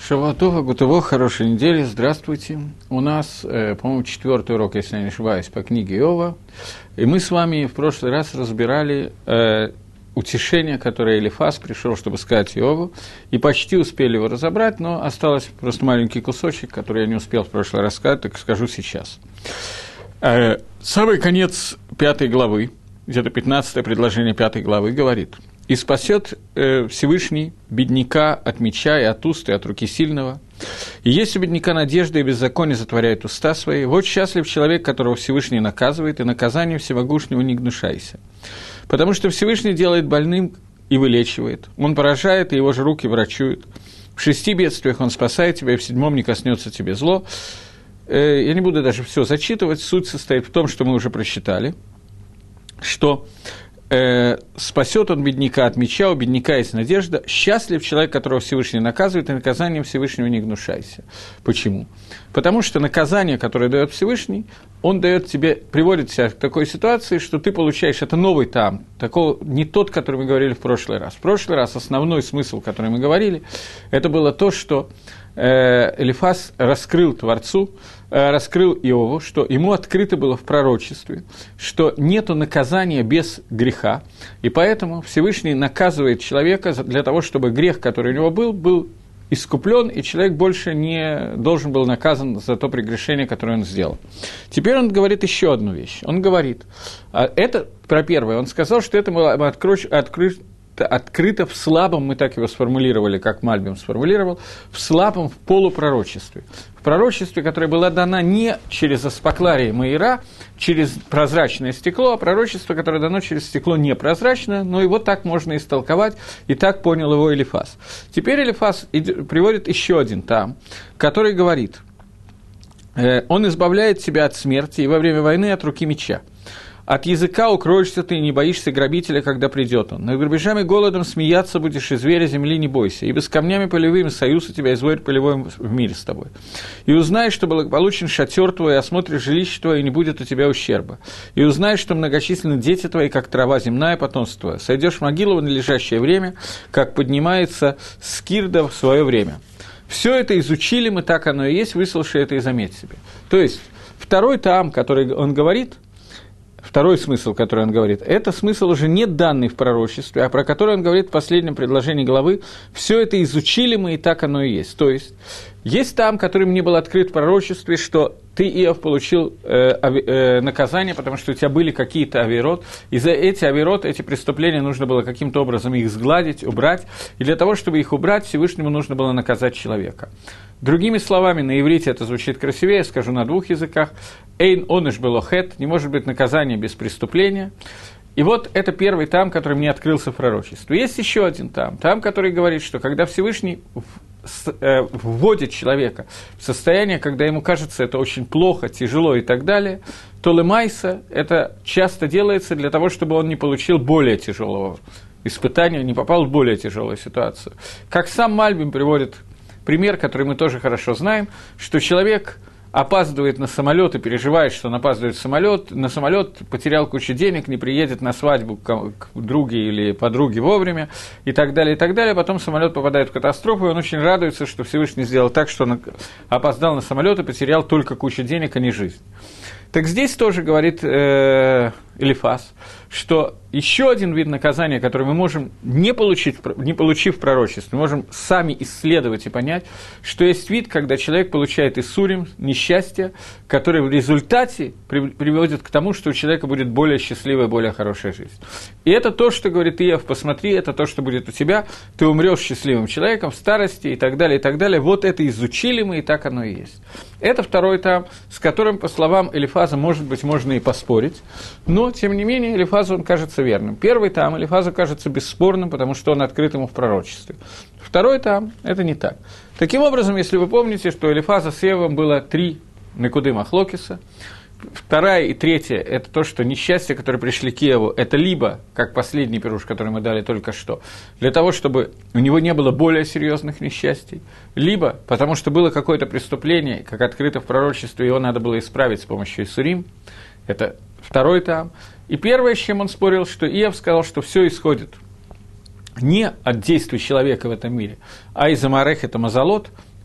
Шавуатова, Гутово, хорошей недели, здравствуйте. У нас, по-моему, 4-й урок, если я не ошибаюсь, по книге Иова. И мы с вами в прошлый раз разбирали утешение, которое Элифаз пришел, чтобы сказать Иову, и почти успели его разобрать, но осталось просто маленький кусочек, который я не успел в прошлый раз сказать, так скажу сейчас. Самый конец 5 главы, где-то 15-е предложение 5 главы, говорит: «И спасет Всевышний бедняка от меча и от уст, и от руки сильного. И есть у бедняка надежда, и беззаконие затворяет уста свои. Вот счастлив человек, которого Всевышний наказывает, и наказанием всемогущего не гнушайся. Потому что Всевышний делает больным и вылечивает. Он поражает, и его же руки врачуют. В 6 бедствиях он спасает тебя, и в 7 не коснется тебе зло». Я не буду даже все зачитывать. Суть состоит в том, что мы уже прочитали, что спасет он бедняка от меча, у бедняка есть надежда. Счастлив человек, которого Всевышний наказывает, и наказанием Всевышнего не гнушайся. Почему? Потому что наказание, которое дает Всевышний, он дает тебе, приводит тебя к такой ситуации, что ты получаешь, это новый там, такого, не тот, который мы говорили в прошлый раз. В прошлый раз основной смысл, который мы говорили, это было то, что Элифаз раскрыл Творцу, раскрыл Иову, что ему открыто было в пророчестве, что нету наказания без греха, и поэтому Всевышний наказывает человека для того, чтобы грех, который у него был искуплен, и человек больше не должен был наказан за то прегрешение, которое он сделал. Теперь он говорит еще одну вещь. Он говорит, это про первое, он сказал, что это было открыто в слабом, мы так его сформулировали, как Мальбим сформулировал, в слабом, в полупророчестве. В пророчестве, которое было дано не через аспакларий Маира, через прозрачное стекло, а пророчество, которое дано через стекло непрозрачное, но его так можно истолковать, и так понял его Элифаз. Теперь Элифаз приводит еще один там, который говорит, он избавляет тебя от смерти и во время войны от руки меча. От языка укроешься ты и не боишься грабителя, когда придет он. Над грабежами голодом смеяться будешь, и зверя земли не бойся. Ибо с камнями полевыми союз у тебя, и зверь полевой в мире с тобой. И узнаешь, что благополучен шатер твой, и осмотришь жилище твое, и не будет у тебя ущерба. И узнаешь, что многочисленны дети твои, как трава земная, потомство твое. Сойдешь в могилу в надлежащее время, как поднимается скирда в свое время». Все это изучили мы, так оно и есть, выслушай это и заметь себе. То есть, второй там, который он говорит, второй смысл, который он говорит, это смысл уже не данный в пророчестве, а про который он говорит в последнем предложении главы. Все это изучили мы, и так оно и есть. То есть там, который мне был открыт в пророчестве, что ты, Иов, получил наказание, потому что у тебя были какие-то авирот, и за эти авирот, эти преступления нужно было каким-то образом их сгладить, убрать, и для того, чтобы их убрать, Всевышнему нужно было наказать человека. Другими словами, на иврите это звучит красивее, я скажу на 2 языках. «Эйн оныш белохет» – не может быть наказание без преступления. И вот это первый там, который мне открылся в пророчестве. Есть еще один там, который говорит, что когда Всевышний вводит человека в состояние, когда ему кажется это очень плохо, тяжело и так далее, то лемайса это часто делается для того, чтобы он не получил более тяжелого испытания, не попал в более тяжелую ситуацию. Как сам Мальбим приводит пример, который мы тоже хорошо знаем, что человек опаздывает на самолет и переживает, что он опаздывает на самолет, потерял кучу денег, не приедет на свадьбу к друге или подруге вовремя, и так далее, и так далее. Потом самолет попадает в катастрофу, и он очень радуется, что Всевышний сделал так, что он опоздал на самолет и потерял только кучу денег, а не жизнь. Так здесь тоже говорит Элифаз, что еще один вид наказания, который мы можем, не получив пророчество, мы можем сами исследовать и понять, что есть вид, когда человек получает иссурим, несчастье, которое в результате приводит к тому, что у человека будет более счастливая, более хорошая жизнь. И это то, что говорит Иов, посмотри, это то, что будет у тебя, ты умрешь счастливым человеком в старости и так далее, и так далее. Вот это изучили мы, и так оно и есть. Это второй там, с которым, по словам Элифаза, может быть, можно и поспорить, но, тем не менее, Элифазу он кажется верным. Первый там Элифазу кажется бесспорным, потому что он открыт ему в пророчестве. Второй там это не так. Таким образом, если вы помните, что у Элифаза с Иовом было 3 некуды махлокиса, вторая и третья – это то, что несчастья, которые пришли к Иову, это либо, как последний пируш, который мы дали только что, для того, чтобы у него не было более серьезных несчастий, либо потому что было какое-то преступление, как открыто в пророчестве, его надо было исправить с помощью Исурим. Это второй там. И первое, с чем он спорил, что Иов сказал, что все исходит не от действий человека в этом мире, а из Амарех это Мазалот,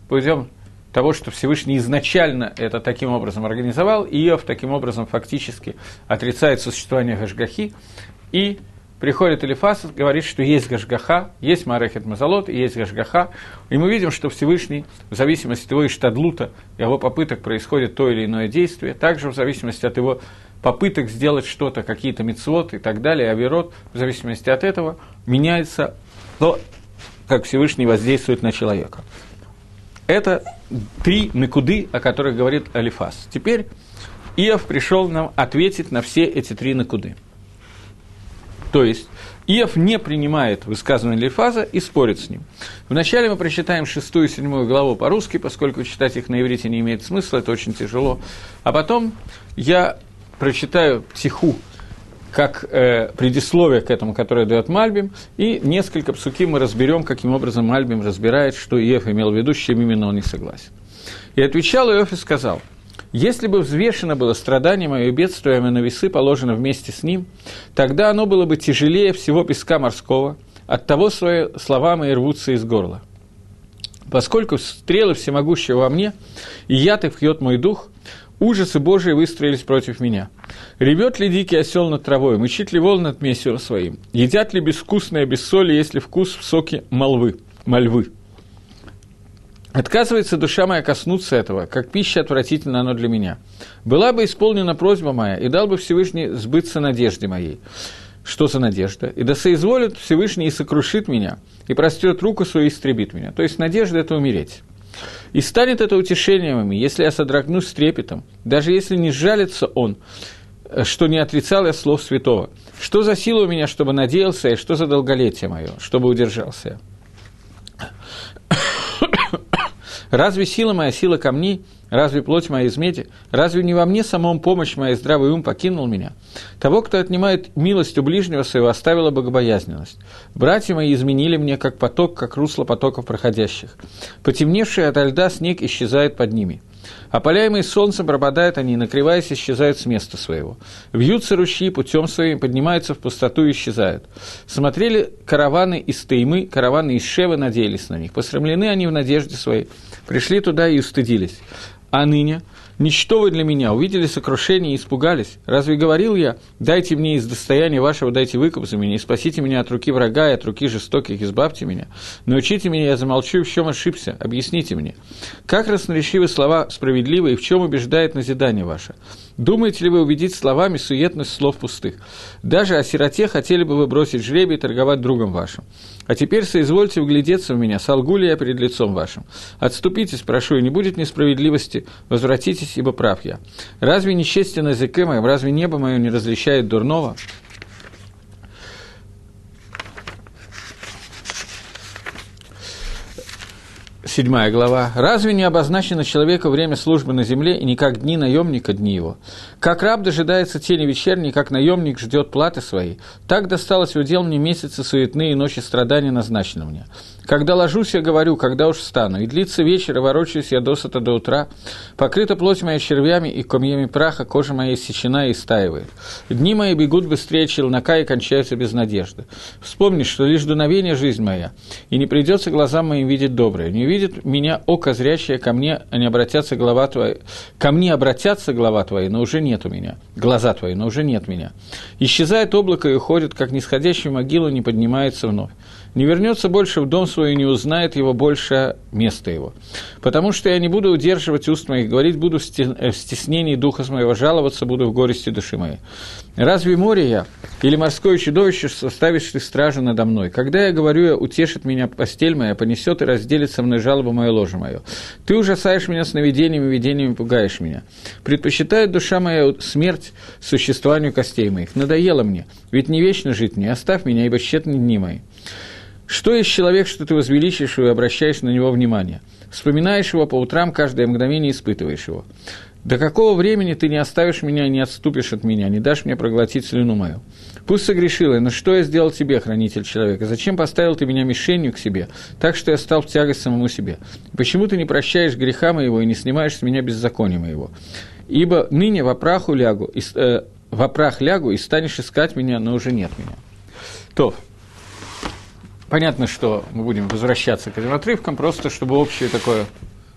путем того, что Всевышний изначально это таким образом организовал, и Иов таким образом фактически отрицает существование Гашгахи, и приходит Элифаз, говорит, что есть Гашгаха, есть Маарехет Мазалот, и есть Гашгаха, и мы видим, что Всевышний, в зависимости от его иштадлута, его попыток происходит то или иное действие, также в зависимости от его попыток сделать что-то, какие-то мицвот и так далее, авирот, в зависимости от этого, меняется то, как Всевышний воздействует на человека. Это 3 накуды, о которых говорит Элифаз. Теперь Иов пришел нам ответить на все эти 3 накуды. То есть Иов не принимает высказывание Элифаза и спорит с ним. Вначале мы прочитаем 6 и 7 главу по-русски, поскольку читать их на иврите не имеет смысла, это очень тяжело. А потом я прочитаю психу, как предисловие к этому, которое дает Мальбим, и несколько псуки мы разберем, каким образом Мальбим разбирает, что Иов имел в виду, с чем именно он не согласен. И отвечал Иов и сказал: «Если бы взвешено было страдание мое и бедствие мое на весы, положено вместе с ним, тогда оно было бы тяжелее всего песка морского, оттого свои слова мои рвутся из горла. Поскольку стрелы всемогущего во мне, и яд их пьет мой дух, ужасы Божии выстроились против меня. Ревет ли дикий осел над травой, мычит ли вол над месивом своим? Едят ли безвкусное без соли, если вкус в соке мальвы? Отказывается душа моя коснуться этого, как пища отвратительно оно для меня. Была бы исполнена просьба моя, и дал бы Всевышний сбыться надежде моей». Что за надежда? «И да соизволит Всевышний и сокрушит меня, и прострет руку свою и истребит меня». То есть надежда – это умереть. «И станет это утешением им, если я содрогнусь с трепетом, даже если не сжалится он, что не отрицал я слов святого. Что за сила у меня, чтобы надеялся, и что за долголетие мое, чтобы удержался я? Разве сила моя сила камней? Разве плоть моя из меди? Разве не во мне самом помощь моя и здравый ум покинул меня? Того, кто отнимает милость у ближнего своего, оставила богобоязненность. Братья мои изменили мне, как поток, как русло потоков проходящих. Потемневший ото льда снег исчезает под ними. Опаляемые солнцем пропадают они, накрываясь, исчезают с места своего. Вьются ручьи путем своим, поднимаются в пустоту и исчезают. Смотрели караваны из Теймы, караваны из Шевы, надеялись на них. Посрамлены они в надежде своей, пришли туда и устыдились. А ныне, ничто вы для меня, увидели сокрушение и испугались. Разве говорил я, дайте мне из достояния вашего, дайте выкуп за меня, и спасите меня от руки врага и от руки жестоких, избавьте меня. Научите меня, я замолчу, в чем ошибся, объясните мне. Как разноречивы слова справедливые, и в чем убеждает назидание ваше? Думаете ли вы убедить словами суетность слов пустых? Даже о сироте хотели бы вы бросить жребий и торговать другом вашим. А теперь соизвольте вглядеться в меня, солгу ли я перед лицом вашим. Отступитесь, прошу, и не будет несправедливости, возвратитесь, ибо прав я. Разве нечестен языке моим, разве небо мое не различает дурного? 7 глава. «Разве не обозначено человеку время службы на земле, и не как дни наемника дни его? Как раб дожидается тени вечерней, как наемник ждет платы своей, так досталось в удел мне месяцы суетные и ночи страдания назначены мне. Когда ложусь, я говорю, когда уж встану, и длится вечер, и ворочаюсь я досыта до утра. Покрыта плоть моя червями и комьями праха, кожа моя иссечена и истаивает. Дни мои бегут быстрее челнока и кончаются без надежды. Вспомни, что лишь дуновение жизнь моя, и не придется глазам моим видеть доброе. Не увидит меня око зрящее, ко мне обратятся глава твоя, но уже нет у меня, глаза твои, но уже нет меня. Исчезает облако и уходит, как нисходящий в могилу не поднимается вновь. Не вернется больше в дом свой и не узнает его больше место его. Потому что я не буду удерживать уст моих, говорить буду в стеснении духа моего, жаловаться буду в горести души моей. Разве море я или морское чудовище составишь ты стражу надо мной? Когда я говорю, утешит меня постель моя, понесет и разделит со мной жалобу мое ложе мое. Ты ужасаешь меня сновидениями, видениями пугаешь меня. Предпочитает душа моя смерть существованию костей моих. Надоело мне, ведь не вечно жить мне, оставь меня, ибо тщетны дни мои. Что есть человек, что ты возвеличишь его и обращаешь на него внимание? Вспоминаешь его по утрам, каждое мгновение испытываешь его. До какого времени ты не оставишь меня и не отступишь от меня, не дашь мне проглотить слюну мою? Пусть согрешил я, но что я сделал тебе, хранитель человека? Зачем поставил ты меня мишенью к себе, так что я стал в тягость самому себе? Почему ты не прощаешь греха моего и не снимаешь с меня беззакония моего? Ибо ныне во прах лягу и станешь искать меня, но уже нет меня». То. Понятно, что мы будем возвращаться к этим отрывкам, просто чтобы общее такое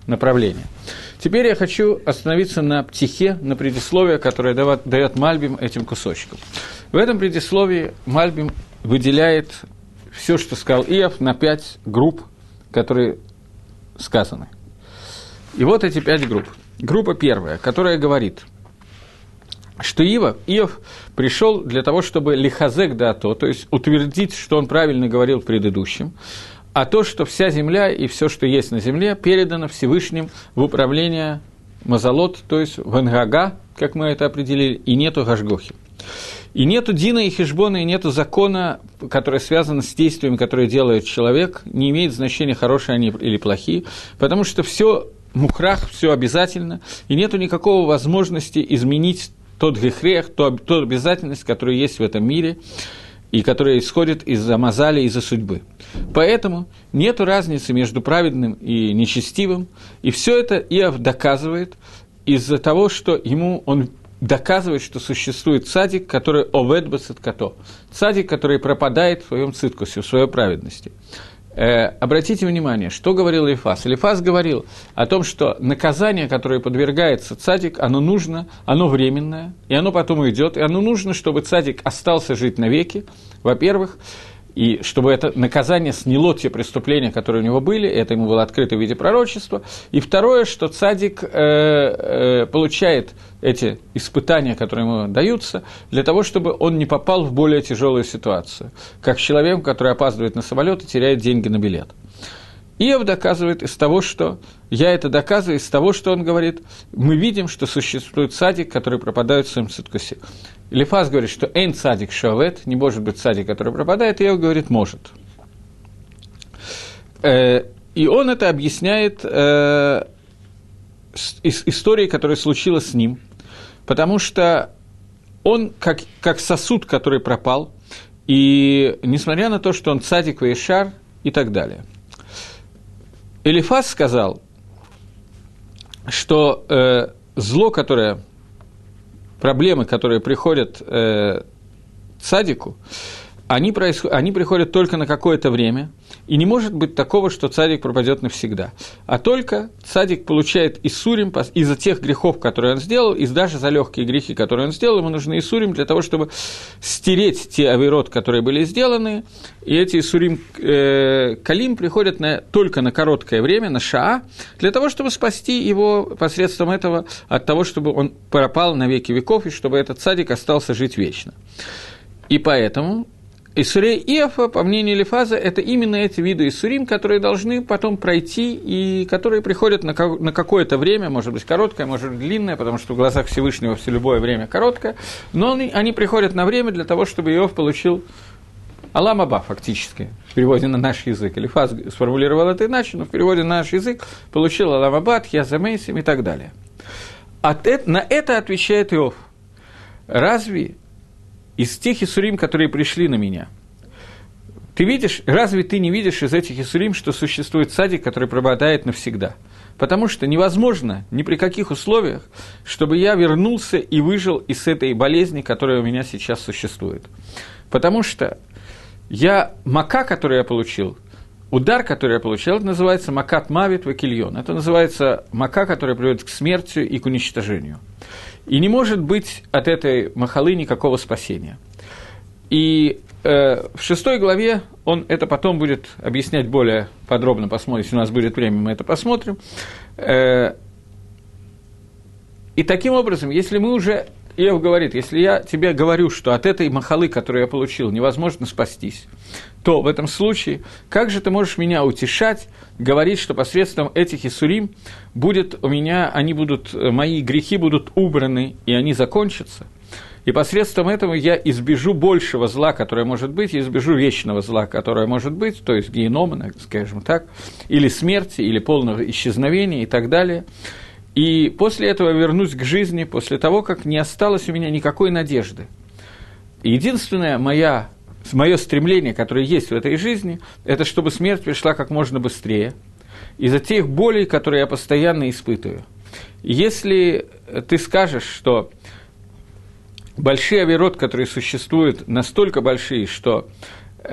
направления. Теперь я хочу остановиться на птихе, на предисловии, которое дает Мальбим этим кусочкам. В этом предисловии Мальбим выделяет все, что сказал Иов, на 5 групп, которые сказаны. И вот эти 5 групп. Группа первая, которая говорит, что Иов пришел для того, чтобы лихазек даато, то есть утвердить, что он правильно говорил в предыдущем, а то, что вся земля и все, что есть на земле, передано Всевышним в управление Мазалот, то есть в Нгага, как мы это определили, и нету Гашгохи. И нету дина и хешбона, и нету закона, который связан с действиями, которые делает человек, не имеет значения, хорошие они или плохие, потому что все мухрах, все обязательно, и нету никакой возможности изменить тот гехрех, ту обязательность, которая есть в этом мире, и которая исходит из-за мазали, из-за судьбы. Поэтому нет разницы между праведным и нечестивым, и все это Иов доказывает из-за того, что он доказывает, что существует цадик, который овед бацидкато, цадик, который пропадает в своем циткусе, в своей праведности. Обратите внимание, что говорил Элифаз. Элифаз говорил о том, что наказание, которое подвергается цадик, оно нужно, оно временное, и оно потом уйдет, и оно нужно, чтобы цадик остался жить навеки, во-первых, и чтобы это наказание сняло те преступления, которые у него были, это ему было открыто в виде пророчества. И второе, что цадик получает эти испытания, которые ему даются, для того, чтобы он не попал в более тяжелую ситуацию, как человек, который опаздывает на самолет и теряет деньги на билет. Иов доказывает из того, что я это доказываю, из того, что он говорит, мы видим, что существует цадик, который пропадает в своем циткусе. Элифаз говорит, что «эйн цадик шавет», не может быть цадик, который пропадает, и Иов говорит «может». И он это объясняет историей, которая случилась с ним, потому что он как сосуд, который пропал, и несмотря на то, что он цадик вейшар и так далее. Элифаз сказал, что зло, проблемы, которые приходят цадику, они приходят только на какое-то время, и не может быть такого, что цадик пропадет навсегда. А только цадик получает иссурим из-за тех грехов, которые он сделал, и даже за легкие грехи, которые он сделал, ему нужны иссурим для того, чтобы стереть те авирот, которые были сделаны, и эти иссурим калим приходят только на короткое время, на шаа, для того, чтобы спасти его посредством этого от того, чтобы он пропал на веки веков, и чтобы этот цадик остался жить вечно. И поэтому Иссурей Иова, по мнению Элифаза, это именно эти виды иссурим, которые должны потом пройти и которые приходят на какое-то время, может быть, короткое, может быть, длинное, потому что в глазах Всевышнего все любое время короткое, но они приходят на время для того, чтобы Иов получил Алам Аба, фактически, в переводе на наш язык. Элифаз сформулировал это иначе, но в переводе на наш язык получил Алам Аба, Тхьяза Мейсим и так далее. На это отвечает Иов. Разве из тех иссурим, которые пришли на меня, разве ты не видишь из этих иссурим, что существует цадик, который пропадает навсегда? Потому что невозможно ни при каких условиях, чтобы я вернулся и выжил из этой болезни, которая у меня сейчас существует. Потому что мака, которую я получил, удар, который я получил, это называется макат мавит вакильон. Это называется мака, которая приводит к смерти и к уничтожению. И не может быть от этой махалы никакого спасения. И в 6 главе он это потом будет объяснять более подробно, посмотрим, если у нас будет время, мы это посмотрим. И таким образом, если мы уже, Иов говорит, если я тебе говорю, что от этой махалы, которую я получил, невозможно спастись, то в этом случае, как же ты можешь меня утешать, говорить, что посредством этих иссурим мои грехи будут убраны, и они закончатся, и посредством этого я избежу большего зла, которое может быть, я избежу вечного зла, которое может быть, то есть генома, скажем так, или смерти, или полного исчезновения и так далее. И после этого вернусь к жизни, после того, как не осталось у меня никакой надежды. И единственное мое стремление, которое есть в этой жизни, это чтобы смерть пришла как можно быстрее, из-за тех болей, которые я постоянно испытываю. И если ты скажешь, что большие авирот, которые существуют, настолько большие, что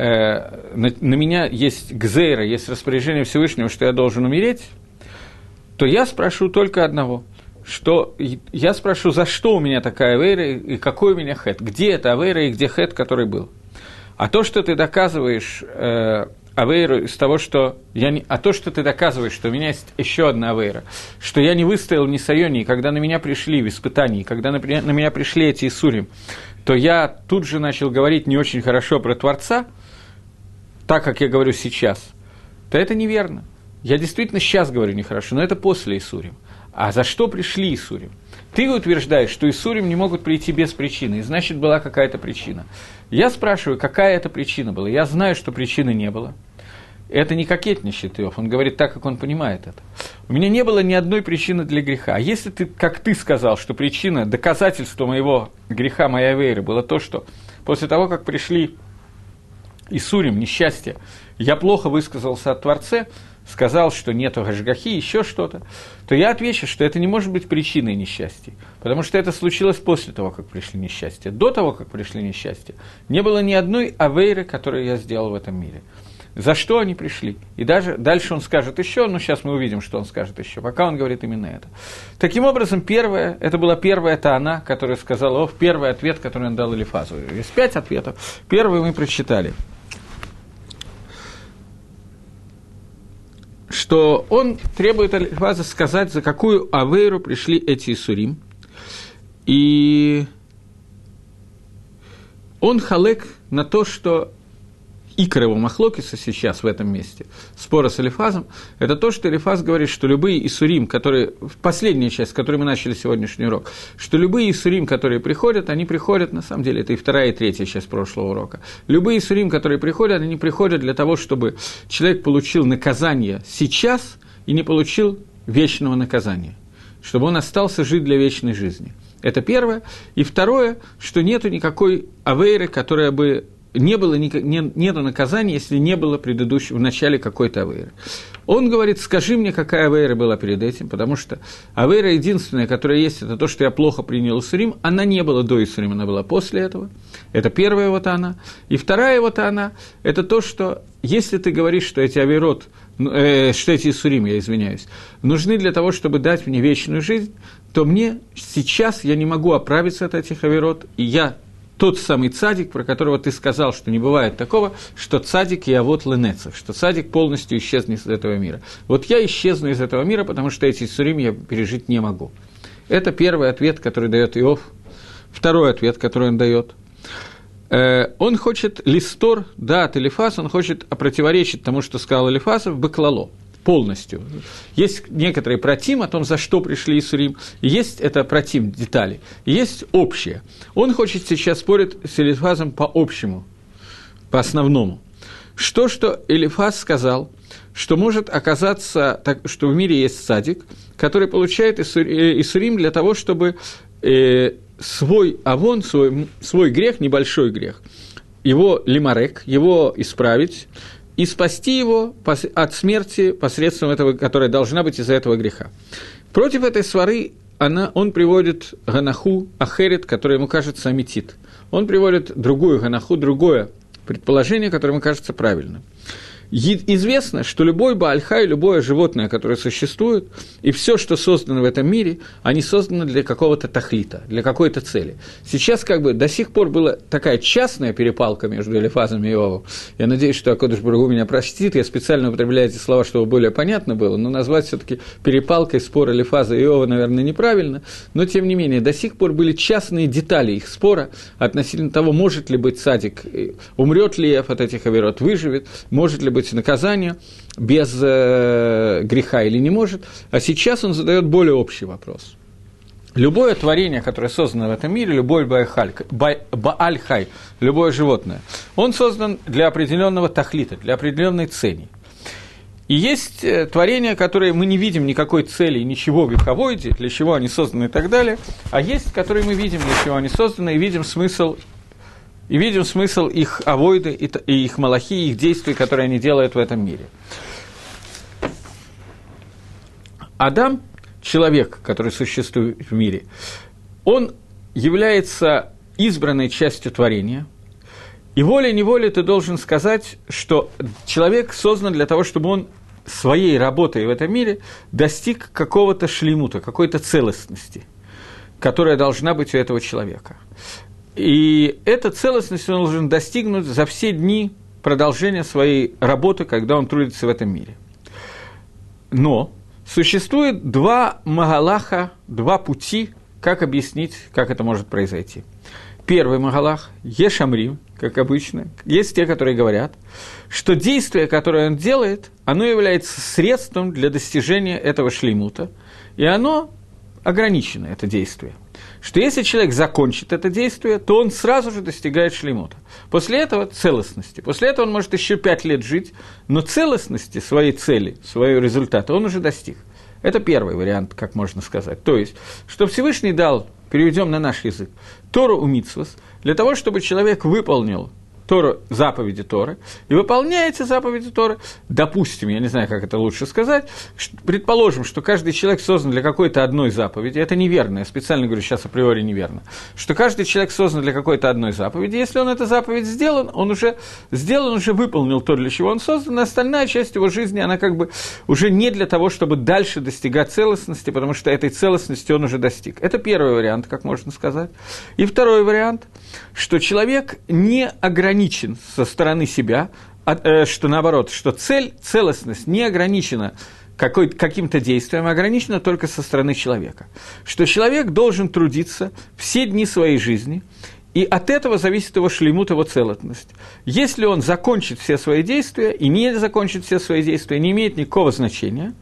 на меня есть гзейра, есть распоряжение Всевышнего, что я должен умереть, то я спрошу только одного, что я спрошу, за что у меня такая авейра и какой у меня хэт, где эта авейра и где хэт, который был. А то, что ты доказываешь авейру из того, что то, что ты доказываешь, что у меня есть еще одна авейра, что я не выстоял в Нисайоне, и когда на меня пришли в испытании, когда на меня пришли эти Исурим, то я тут же начал говорить не очень хорошо про Творца, так, как я говорю сейчас, то это неверно. Я действительно сейчас говорю нехорошо, но это после Исурим. А за что пришли Исурим? Ты утверждаешь, что Исурим не могут прийти без причины, и значит, была какая-то причина. Я спрашиваю, какая это причина была. Я знаю, что причины не было. Это не кокетничает Иов, он говорит так, как он понимает это. У меня не было ни одной причины для греха. А если ты, как ты сказал, что причина, доказательство моего греха, моей авейры, было то, что после того, как пришли Исурим, несчастье, я плохо высказался о Творце, сказал, что нету гашгахи, еще что-то, то я отвечу, что это не может быть причиной несчастья, потому что это случилось после того, как пришли несчастья. До того, как пришли несчастья, не было ни одной авейры, которую я сделал в этом мире. За что они пришли? И даже дальше он скажет еще, но сейчас мы увидим, что он скажет еще, пока он говорит именно это. Таким образом, это была первая таана, которую сказал Иов, первый ответ, который он дал Элифазу. Есть 5 ответов. Первый мы прочитали. Что он требует Элифаза сказать, за какую авейру пришли эти Исурим. И он халек на то, что икра его махлокиса сейчас в этом месте, спора с Элифазом, это то, что Элифаз говорит, что любые Исурим, которые, последняя часть, с которой мы начали сегодняшний урок, что любые Исурим, которые приходят, они приходят, на самом деле, это и вторая, и третья часть прошлого урока, любые Исурим, которые приходят, они приходят для того, чтобы человек получил наказание сейчас и не получил вечного наказания, чтобы он остался жить для вечной жизни. Это первое. И второе, что нету никакой авейры, которая бы нету наказания, если не было в начале какой-то авейры. Он говорит, скажи мне, какая авейра была перед этим, потому что авейра единственная, которая есть, это то, что я плохо принял Исурим, она не была до Исурим, она была после этого. Это первая вот она. И вторая вот она, это то, что если ты говоришь, что эти авейрот, что эти Исурим, я извиняюсь, нужны для того, чтобы дать мне вечную жизнь, то мне сейчас я не могу оправиться от этих авейрот, и я тот самый цадик, про которого ты сказал, что не бывает такого, что цадик и авот ленецах, что цадик полностью исчезнет из этого мира. Вот я исчезну из этого мира, потому что эти Исурим я пережить не могу. Это первый ответ, который дает Иов. Второй ответ, который он дает. Он хочет листор, да, от Элифаз, он хочет противоречить тому, что сказал Элифаз, в баклало. Полностью. Есть некоторые протим о том, за что пришли Исурим, и есть это протим, детали, и есть общее. Он хочет сейчас спорить с Элифазом по общему, по основному. Что Элифаз сказал, что может оказаться, что в мире есть цадик, который получает Исурим для того, чтобы свой авон, свой грех, небольшой грех, его лимарек, его исправить, и спасти его от смерти посредством этого, которая должна быть из-за этого греха. Против этой свары он приводит ганаху ахерет, которое ему кажется аметит. Он приводит другую ганаху, другое предположение, которое ему кажется правильным. Известно, что любой Бааль-Хай, любое животное, которое существует, и все, что создано в этом мире, они созданы для какого-то тахлита, для какой-то цели. Сейчас до сих пор была такая частная перепалка между Элифазом и Иовом. Я надеюсь, что Акодыш Барух Ху меня простит, я специально употребляю эти слова, чтобы более понятно было, но назвать все-таки перепалкой спора Элифаза и Иова, наверное, неправильно, но тем не менее, до сих пор были частные детали их спора относительно того, может ли быть цадик, умрет ли Иов от этих авейрот, выживет, может ли быть наказание без греха или не может, а сейчас он задает более общий вопрос. Любое творение, которое создано в этом мире, любой Бааль-Хай, любое животное, он создан для определенного тахлита, для определенной цели. И есть творения, которые мы не видим никакой цели, ничего в их авойде, для чего они созданы и так далее, а есть, которые мы видим, для чего они созданы, и видим смысл их авойды и их малахи, их действий, которые они делают в этом мире. Адам, человек, который существует в мире, он является избранной частью творения, и волей-неволей ты должен сказать, что человек создан для того, чтобы он своей работой в этом мире достиг какого-то шлемута, какой-то целостности, которая должна быть у этого человека. И эту целостность он должен достигнуть за все дни продолжения своей работы, когда он трудится в этом мире. Но существует два магалаха, два пути, как объяснить, как это может произойти. Первый магалах – ешамрим, как обычно. Есть те, которые говорят, что действие, которое он делает, оно является средством для достижения этого шлеймута, и оно ограничено, это действие. Что если человек закончит это действие, то он сразу же достигает шлеймута. После этого целостности. После этого он может еще 5 лет жить, но целостности своей цели, своего результата он уже достиг. Это первый вариант, как можно сказать. То есть, что Всевышний дал, переведем на наш язык, Тору у мицвос, для того, чтобы человек выполнил Тору, заповеди Торы, и выполняя эти заповеди Торы, допустим, я не знаю, как это лучше сказать, предположим, что каждый человек создан для какой-то одной заповеди, это неверно, я специально говорю сейчас априори неверно, что каждый человек создан для какой-то одной заповеди, если он эту заповедь сделан, он уже выполнил то, для чего он создан, а остальная часть его жизни, она как бы уже не для того, чтобы дальше достигать целостности, потому что этой целостности он уже достиг. Это первый вариант, как можно сказать. И второй вариант, что человек не ограничен со стороны себя, что наоборот, что целостность не ограничена каким-то действием, а ограничена только со стороны человека. Что человек должен трудиться все дни своей жизни, и от этого зависит его шлеймут, его целостность. Если он закончит все свои действия и не закончит все свои действия, не имеет никакого значения.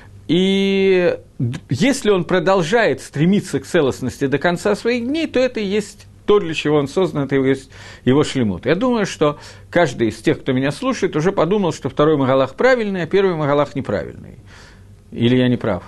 И если он продолжает стремиться к целостности до конца своих дней, то это и есть то, для чего он создан, это и есть его шлемут. Я думаю, что каждый из тех, кто меня слушает, уже подумал, что второй магалах правильный, а первый магалах неправильный. Или я не прав?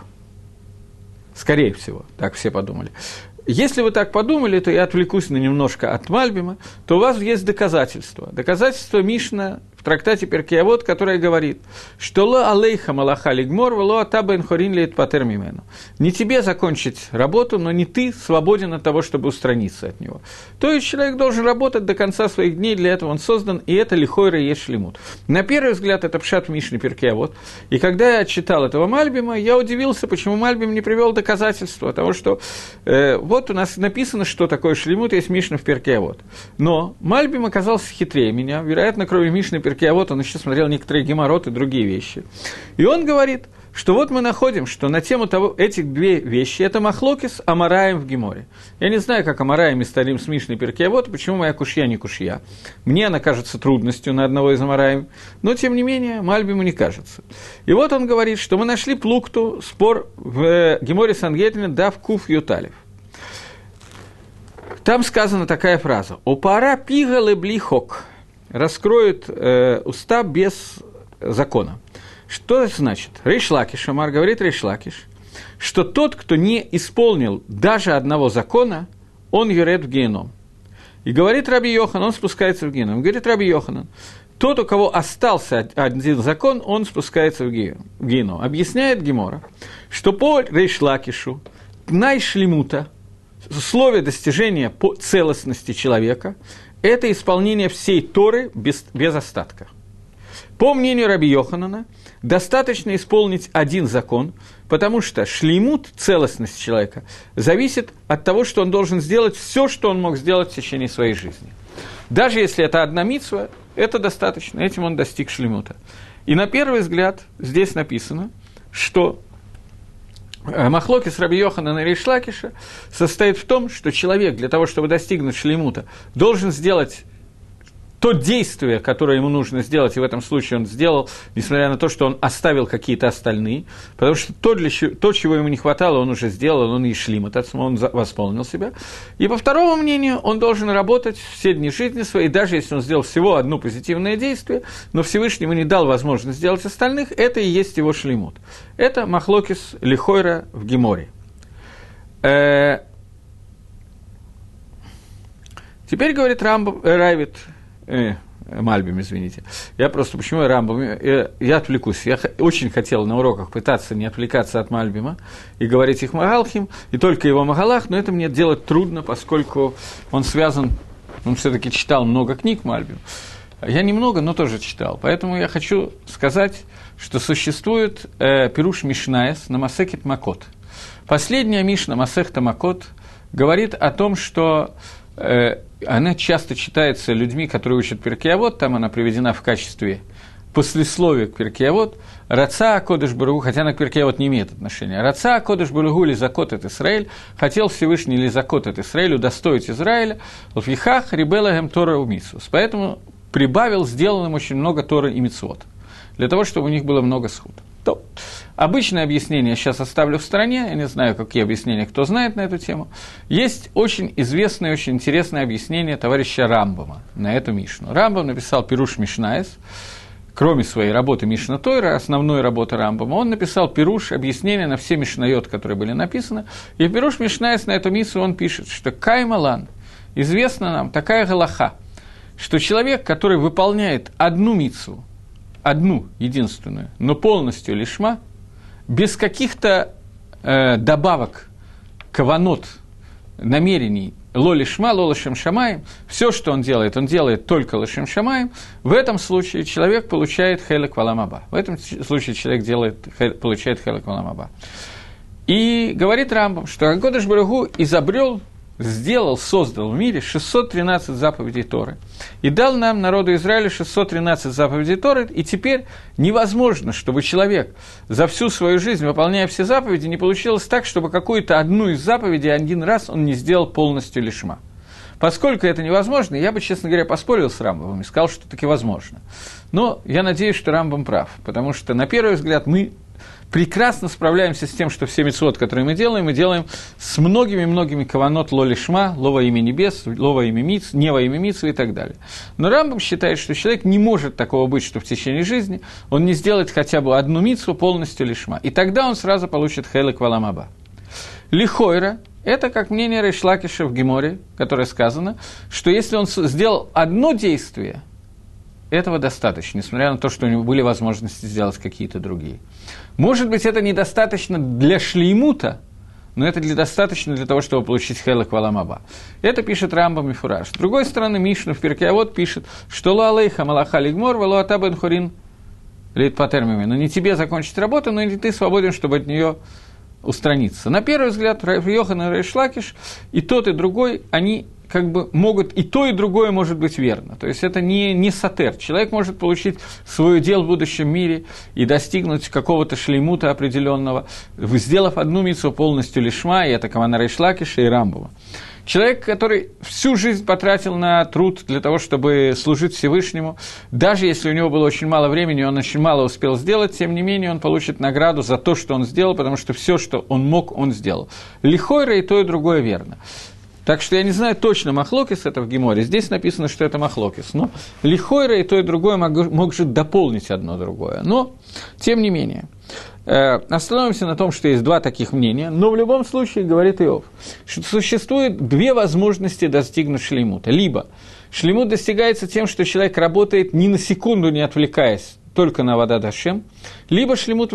Скорее всего, так все подумали. Если вы так подумали, то я отвлекусь немножко от Мальбима, то у вас есть доказательство. Доказательство Мишна в трактате Перкей Авот, которое говорит, что «Ло алейха малаха лигмор, ло атабен хорин леет патер мимену». Не тебе закончить работу, но не ты свободен от того, чтобы устраниться от него. То есть человек должен работать до конца своих дней, для этого он создан, и это лихойра есть шлемут. На первый взгляд, это пшат в Мишне Перкей Авот. И когда я читал этого Мальбима, я удивился, почему Мальбим не привел доказательства того, что вот у нас написано, что такое шлемут, есть Мишна в Перкей Авот. Но Мальбим оказался хитрее меня, вероятно, кроме Мишны Перкей Авот, он еще смотрел некоторые геморрот и другие вещи. И он говорит, что вот мы находим, что на тему этих две вещи, это махлокис амараем в Геморе. Я не знаю, как амараем и старим с Мишной Перкей Авот, почему моя кушья не кушья. Мне она кажется трудностью на одного из амараем, но тем не менее Мальбиму не кажется. И вот он говорит, что мы нашли плукту, спор в Геморе Сангедрин дав куф юталев. Там сказана такая фраза «Опара пигалы блихок» раскроют уста без закона. Что это значит? Рейш Лакиш, Амар говорит Рейш Лакиш, что тот, кто не исполнил даже одного закона, он юрет в геном. И говорит Раби Йоханан, он спускается в геном. Говорит Раби Йоханан, тот, у кого остался один закон, он спускается в геном. Объясняет Гемора, что по Рейш Лакишу тнай шлемута, условие достижения по целостности человека, это исполнение всей Торы без остатка. По мнению Раби Йоханана, достаточно исполнить один закон, потому что шлеймут, целостность человека, зависит от того, что он должен сделать все, что он мог сделать в течение своей жизни. Даже если это одна мицва, это достаточно, этим он достиг шлеймута. И на первый взгляд здесь написано, что махлокис Раби Йоханана и Рейш Лакиша состоит в том, что человек для того, чтобы достигнуть шлеймута, должен сделать то действие, которое ему нужно сделать, и в этом случае он сделал, несмотря на то, что он оставил какие-то остальные, потому что то, чего ему не хватало, он уже сделал, он и шлимат, он восполнил себя. И по второму мнению, он должен работать все дни жизни своей, даже если он сделал всего одно позитивное действие, но Всевышний ему не дал возможность сделать остальных, это и есть его шлимут. Это махлокис лихойра в Геморе. Теперь говорит Райвит, Мальбим, извините. Я просто, почему я Рамбам? Я отвлекусь. Я очень хотел на уроках пытаться не отвлекаться от Мальбима и говорить их Магалхим, и только его Магалах, но это мне делать трудно, поскольку он связан, он все-таки читал много книг Мальбим. Я немного, но тоже читал. Поэтому я хочу сказать, что существует Пируш Мишнаес на Масехет Макот. Последняя Мишна Масехта Макот говорит о том, что она часто читается людьми, которые учат Пиркей Авот, там она приведена в качестве послесловия к Пиркей Авот, Раца Кодеш Баругу, хотя она к Пиркей Авот не имеет отношения, Раца Кодеш Баругу лизакот эт Исраэль, хотел Всевышний лизакот эт Исраэль, удостоить Израиля, Лфихах Рибелагем Тора у Мицвот, поэтому прибавил, сделал им очень много Торы и Мицвот, для того, чтобы у них было много схуд. То обычное объяснение я сейчас оставлю в стороне, я не знаю, какие объяснения, кто знает на эту тему. Есть очень известное, очень интересное объяснение товарища Рамбама на эту Мишну. Рамбам написал Пируш Мишнаес, кроме своей работы Мишна Тойра, основной работы Рамбама, он написал Пируш, объяснение на все Мишнайот, которые были написаны, и Пируш Мишнаес на эту Мису он пишет, что Каймалан, известна нам такая галаха, что человек, который выполняет одну мицву, одну, единственную, но полностью лишма, без каких-то добавок, каванот, намерений, ло лишма, ло лашем шамаем, все, что он делает только лашем шамаем, в этом случае человек получает хелек валам аба. В этом случае человек получает хелек валам аба. И говорит Рамбам, что Акодеш Барух Ху изобрел, сделал, создал в мире 613 заповедей Торы. И дал нам, народу Израиля, 613 заповедей Торы, и теперь невозможно, чтобы человек за всю свою жизнь, выполняя все заповеди, не получилось так, чтобы какую-то одну из заповедей один раз он не сделал полностью лишма. Поскольку это невозможно, я бы, честно говоря, поспорил с Рамбамом и сказал, что таки возможно. Но я надеюсь, что Рамбам прав, потому что, на первый взгляд, мы прекрасно справляемся с тем, что все мицвот, которые мы делаем с многими-многими каванот ло лишма, ло во имя небес, ло во имя миц, не во имя мицвы и так далее. Но Рамбам считает, что человек не может такого быть, что в течение жизни он не сделает хотя бы одну мицву полностью лишма. И тогда он сразу получит хелек валам аба. Лихойра – это как мнение Рейш Лакиша в Геморе, которое сказано, что если он сделал одно действие, этого достаточно, несмотря на то, что у него были возможности сделать какие-то другие. Может быть, это недостаточно для шлеймута, но это достаточно для того, чтобы получить хелек валам аба. Это пишет Рамбам и Фураж. С другой стороны, Мишна в Пиркей Авот пишет, что «Ло алейха малаха лигмор, вело ата бен хорин лейт патермими». Но не тебе закончить работу, но и ты свободен, чтобы от нее устраниться. На первый взгляд, Йохан и Рейш Лакиш, и тот, и другой, они как бы могут, и то, и другое может быть верно. То есть это не сатер. Человек может получить свой удел в будущем мире и достигнуть какого-то шлеймута определенного, сделав одну мицву полностью лишма, и это кавана Рейш Лакиша и Рамбама. Человек, который всю жизнь потратил на труд для того, чтобы служить Всевышнему, даже если у него было очень мало времени, он очень мало успел сделать, тем не менее он получит награду за то, что он сделал, потому что все, что он мог, он сделал. Лихойра и то, и другое верно. Так что я не знаю точно, махлокис это в Геморе. Здесь написано, что это махлокис. Но лихойра и то, и другое может дополнить одно другое. Но, тем не менее, остановимся на том, что есть два таких мнения. Но в любом случае, говорит Иов, что существует две возможности достигнуть шлеймута. Либо шлеймут достигается тем, что человек работает ни на секунду не отвлекаясь, только на Авадат Ашем, либо шлеймут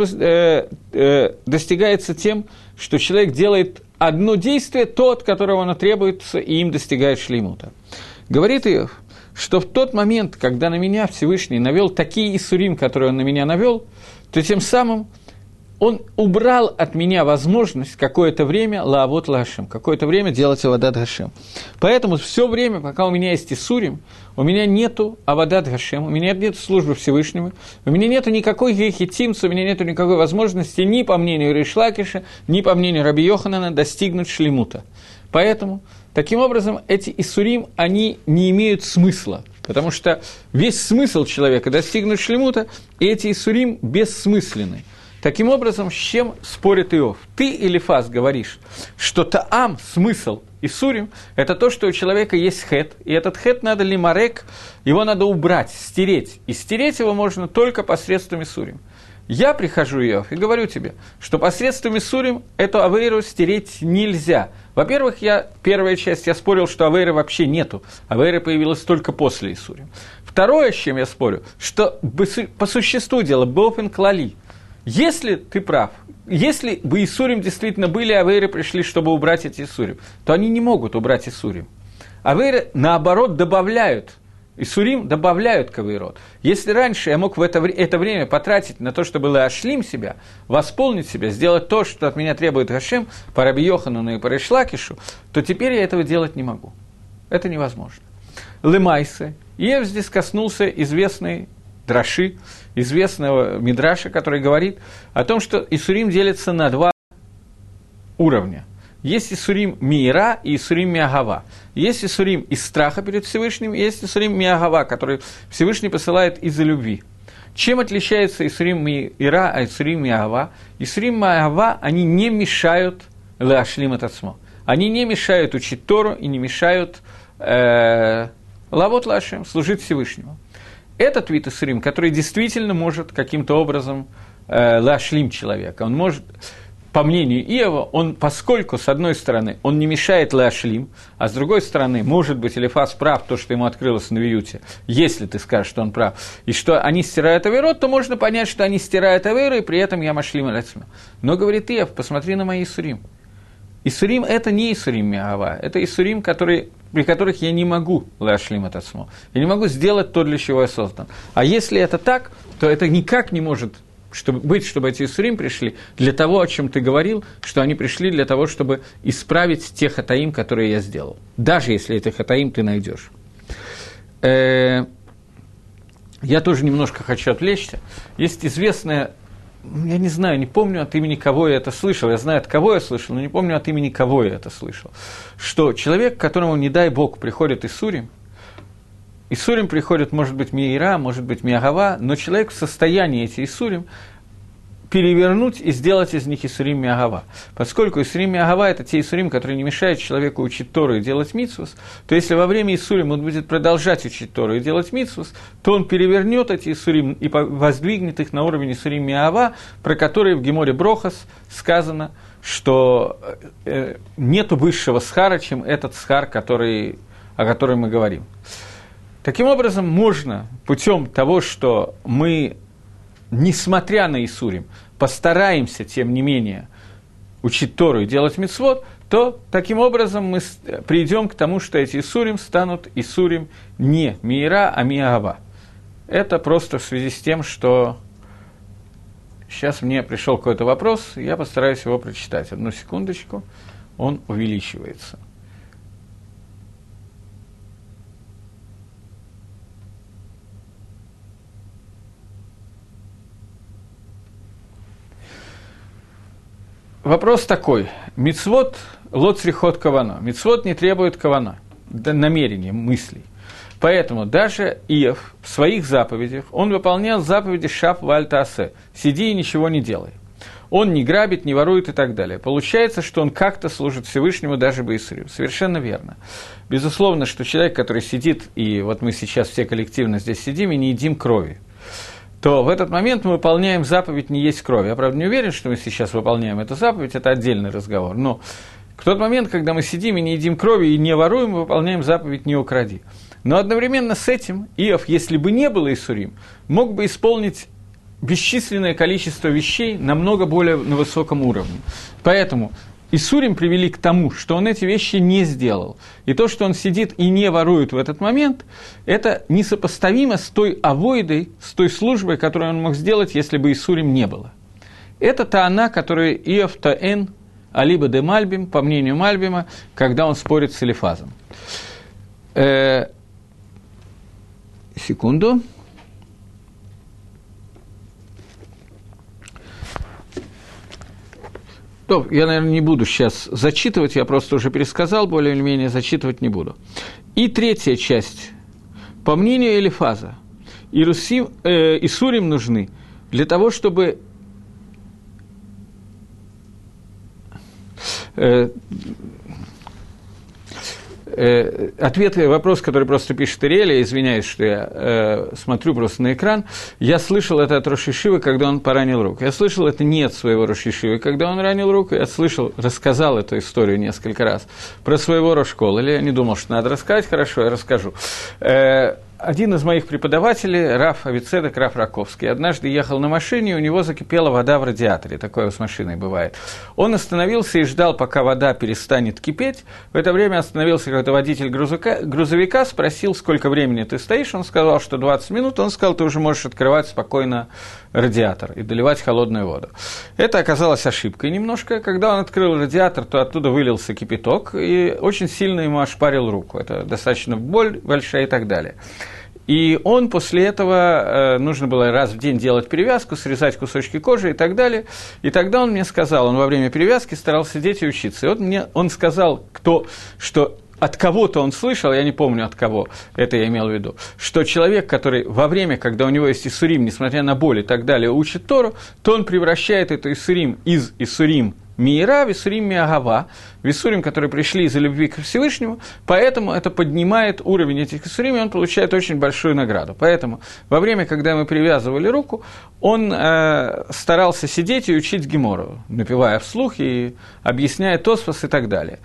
достигается тем, что человек делает одно действие, то, от которого оно требуется, и им достигает шлеймута. Говорит Иов, что в тот момент, когда на меня Всевышний навел такие иссурим, которые он на меня навел, то тем самым он убрал от меня возможность какое-то время лаавот лашем, какое-то время делать авадат гашем. Поэтому все время, пока у меня есть иссурим, у меня нету авадат гашем, у меня нет службы Всевышнему, у меня нету никакой гехитимца, у меня нету никакой возможности ни по мнению Рейш Лакиша, ни по мнению Раби Йоханана достигнуть шлеймута. Поэтому, таким образом, эти иссурим, они не имеют смысла, потому что весь смысл человека достигнуть шлеймута, и эти иссурим бессмысленны. Таким образом, с чем спорит Иов? Ты, Элифаз, говоришь, что таам, смысл иссурим, это то, что у человека есть хет, и этот хет надо лимарек, его надо убрать, стереть. И стереть его можно только посредством иссурим. Я прихожу, Иов, и говорю тебе, что посредством иссурим эту авейру стереть нельзя. Во-первых, первая часть, я спорил, что авейры вообще нету. Авейра появилась только после иссурим. Второе, с чем я спорю, что по существу дела, бофен клали, если ты прав, если бы иссурим действительно были, авейры пришли, чтобы убрать эти иссурим, то они не могут убрать иссурим. Авейры, наоборот, добавляют Исурим добавляют кавейрот. Если раньше я мог в это время потратить на то, чтобы лаашлим себя, восполнить себя, сделать то, что от меня требует Гашем, по Раби Йоханану и по Рейш Лакишу, то теперь я этого делать не могу. Это невозможно. Лемайсе. Иов здесь коснулся известной драши, известного мидраша, который говорит о том, что Исурим делится на два уровня. Есть Исурим Миира и Исурим Миагава. Есть Исурим из страха перед Всевышним, и есть Исурим Миагава, который Всевышний посылает из-за любви. Чем отличается Исурим Миира от Исурим Миагава? Исурим Миагава, они не мешают лаашлим ацмо. Они не мешают учить Тору и не мешают лавот лашем, служить Всевышнему. Этот вид Исурим, который действительно может каким-то образом лаашлим человека, он может... По мнению Иова, он, поскольку, с одной стороны, он не мешает лаашлим, а с другой стороны, может быть, Элифаз прав, то, что ему открылось на Виюте, если ты скажешь, что он прав, и что они стирают авейрот, то можно понять, что они стирают авейру, и при этом я машлим аляцме. Но, говорит Иов, посмотри на мои Исурим. Исурим – это не Исурим Миагава, это Исурим, при которых я не могу лаашлим ацмо. Я не могу сделать то, для чего я создан. А если это так, то это никак не может чтобы эти Исурим пришли для того, о чем ты говорил, что они пришли для того, чтобы исправить те хатаим, которые я сделал. Даже если это хатаим ты найдешь. Я тоже немножко хочу отвлечься. Есть известная, я не знаю, не помню от имени кого я это слышал, я знаю, от кого я слышал, но не помню от имени кого я это слышал, что человек, к которому, не дай Бог, приходит Исурим приходит, может быть, Миира, может быть, Миагава, но человек в состоянии эти Исурим перевернуть и сделать из них Исурим Миагава. Поскольку Исурим Миагава – это те Исурим, которые не мешают человеку учить Тору и делать мицвус, то если во время Исурим он будет продолжать учить Тору и делать мицвус, то он перевернет эти Исурим и воздвигнет их на уровень Исурим Миагава, про которые в Геморе Брохас сказано, что нету высшего схара, чем этот схар, о котором мы говорим. Таким образом, можно путем того, что мы, несмотря на Исурим, постараемся, тем не менее, учить Тору и делать мицвот, то таким образом мы придем к тому, что эти Исурим станут Исурим не Миира, а Миагава. Это просто в связи с тем, что сейчас мне пришел какой-то вопрос, я постараюсь его прочитать. Одну секундочку, он увеличивается. Вопрос такой. Мицвот лоцрихот кавано. Мицвот не требует кавано, намерения, мыслей. Поэтому даже Иов в своих заповедях, он выполнял заповеди шав валь таасе. Сиди и ничего не делай. Он не грабит, не ворует и так далее. Получается, что он как-то служит Всевышнему даже бейсурим. Совершенно верно. Безусловно, что человек, который сидит, и вот мы сейчас все коллективно здесь сидим и не едим крови, то в этот момент мы выполняем заповедь «не есть крови». Я, правда, не уверен, что мы сейчас выполняем эту заповедь, это отдельный разговор. Но в тот момент, когда мы сидим и не едим крови и не воруем, мы выполняем заповедь «не укради». Но одновременно с этим Иов, если бы не было Исурим, мог бы исполнить бесчисленное количество вещей намного более на высоком уровне. Поэтому Исурим привели к тому, что он эти вещи не сделал. И то, что он сидит и не ворует в этот момент, это несопоставимо с той авойдой, с той службой, которую он мог сделать, если бы Исурим не было. Это таана, которую Иов таэн алиба де Мальбим, по мнению Мальбима, когда он спорит с Элифазом. Секунду. То, я, наверное, не буду сейчас зачитывать, я просто уже пересказал, более или менее зачитывать не буду. И третья часть. По мнению Элифаза, Исурим нужны для того, чтобы вопрос, который просто пишет Ириэль, я извиняюсь, что я смотрю просто на экран, я слышал это от Рош Ешивы, когда он поранил руку. Я слышал это не от своего Рош Ешивы, когда он ранил руку, я рассказал эту историю несколько раз про своего Рош Колеля, я не думал, что надо рассказать, хорошо, я расскажу. Один из моих преподавателей, Рав Авицедек, Рав Раковский, однажды ехал на машине, у него закипела вода в радиаторе, такое с машиной бывает. Он остановился и ждал, пока вода перестанет кипеть. В это время остановился какой-то водитель грузовика, спросил, сколько времени ты стоишь, он сказал, что 20 минут, он сказал, ты уже можешь открывать спокойно радиатор и доливать холодную воду. Это оказалось ошибкой немножко. Когда он открыл радиатор, то оттуда вылился кипяток и очень сильно ему ошпарил руку. Это достаточно боль большая и так далее. И он после этого, нужно было раз в день делать перевязку, срезать кусочки кожи и так далее. И тогда он мне сказал, он во время перевязки старался сидеть и учиться. И вот он сказал, что от кого-то он слышал, я не помню от кого, это я имел в виду, что человек, который во время, когда у него есть иссурим, несмотря на боль и так далее, учит Тору, то он превращает эту иссурим из иссурим Миира в иссурим Миагава, в иссурим, которые пришли из-за любви к Всевышнему, поэтому это поднимает уровень этих иссурим, и он получает очень большую награду. Поэтому во время, когда мы привязывали руку, он старался сидеть и учить Гемору, напевая вслух и объясняя Тосфос и так далее.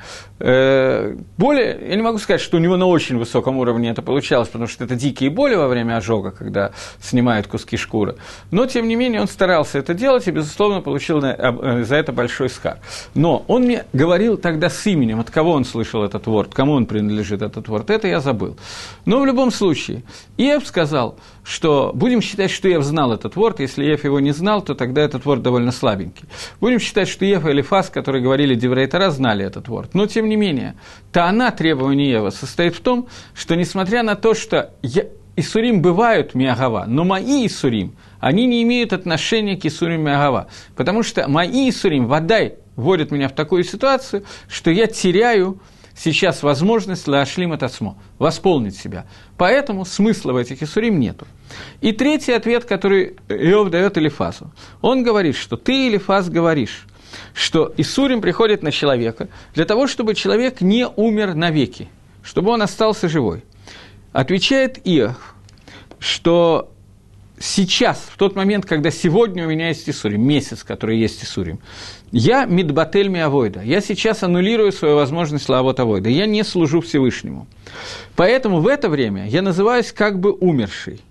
Более, я не могу сказать, что у него на очень высоком уровне это получалось, потому что это дикие боли во время ожога, когда снимают куски шкуры, но, тем не менее, он старался это делать и, безусловно, получил за это большой скар. Но он мне говорил тогда с именем, от кого он слышал этот ворд, кому он принадлежит этот ворд, это я забыл. Но в любом случае, Иов сказал, что будем считать, что Иов знал этот ворд, если Иов его не знал, то тогда этот ворд довольно слабенький. Будем считать, что Иов и Элифаз, которые говорили Деврей Тора, знали этот ворд. Но, тем не менее, таана требования Иова состоит в том, что, несмотря на то, что иссурим бывают Миагава, но мои иссурим, они не имеют отношения к иссурим Миагава, потому что мои иссурим, водай, вводят меня в такую ситуацию, что я теряю сейчас возможность лаашлим ат ацмо, восполнить себя. Поэтому смысла в этих иссурим нету. И третий ответ, который Иов дает Элифазу, он говорит, что ты, Элифаз, говоришь, что иссурим приходит на человека для того, чтобы человек не умер навеки, чтобы он остался живой. Отвечает Иов, что сейчас, в тот момент, когда сегодня у меня есть иссурим, месяц, который есть иссурим, я мидбатель миавойда, я сейчас аннулирую свою возможность лаавот авойда, я не служу Всевышнему. Поэтому в это время я называюсь как бы умерший.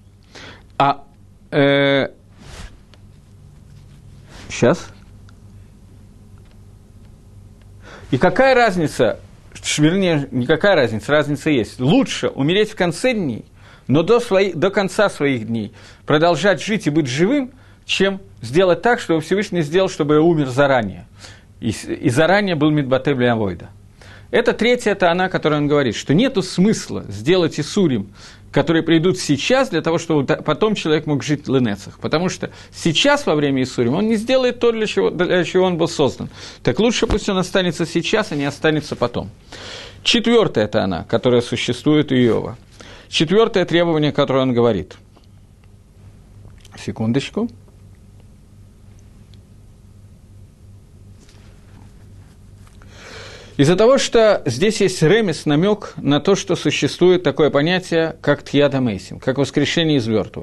Сейчас. И какая разница, вернее, никакая разница, разница есть. Лучше умереть в конце дней, но до конца своих дней продолжать жить и быть живым, чем сделать так, чтобы Всевышний сделал, чтобы я умер заранее. И заранее был мидбатель миавойда. Это третья таана, которую он говорит, что нет смысла сделать иссурим, которые придут сейчас, для того, чтобы потом человек мог жить ленецах. Потому что сейчас, во время иссурим, он не сделает то, для чего он был создан. Так лучше пусть он останется сейчас, а не останется потом. Четвертая таана, которая существует у Иова. Четвертое требование, которое он говорит. Секундочку. Из-за того, что здесь есть ремес, намек на то, что существует такое понятие, как тхият хамейсим, как воскрешение из мертвых.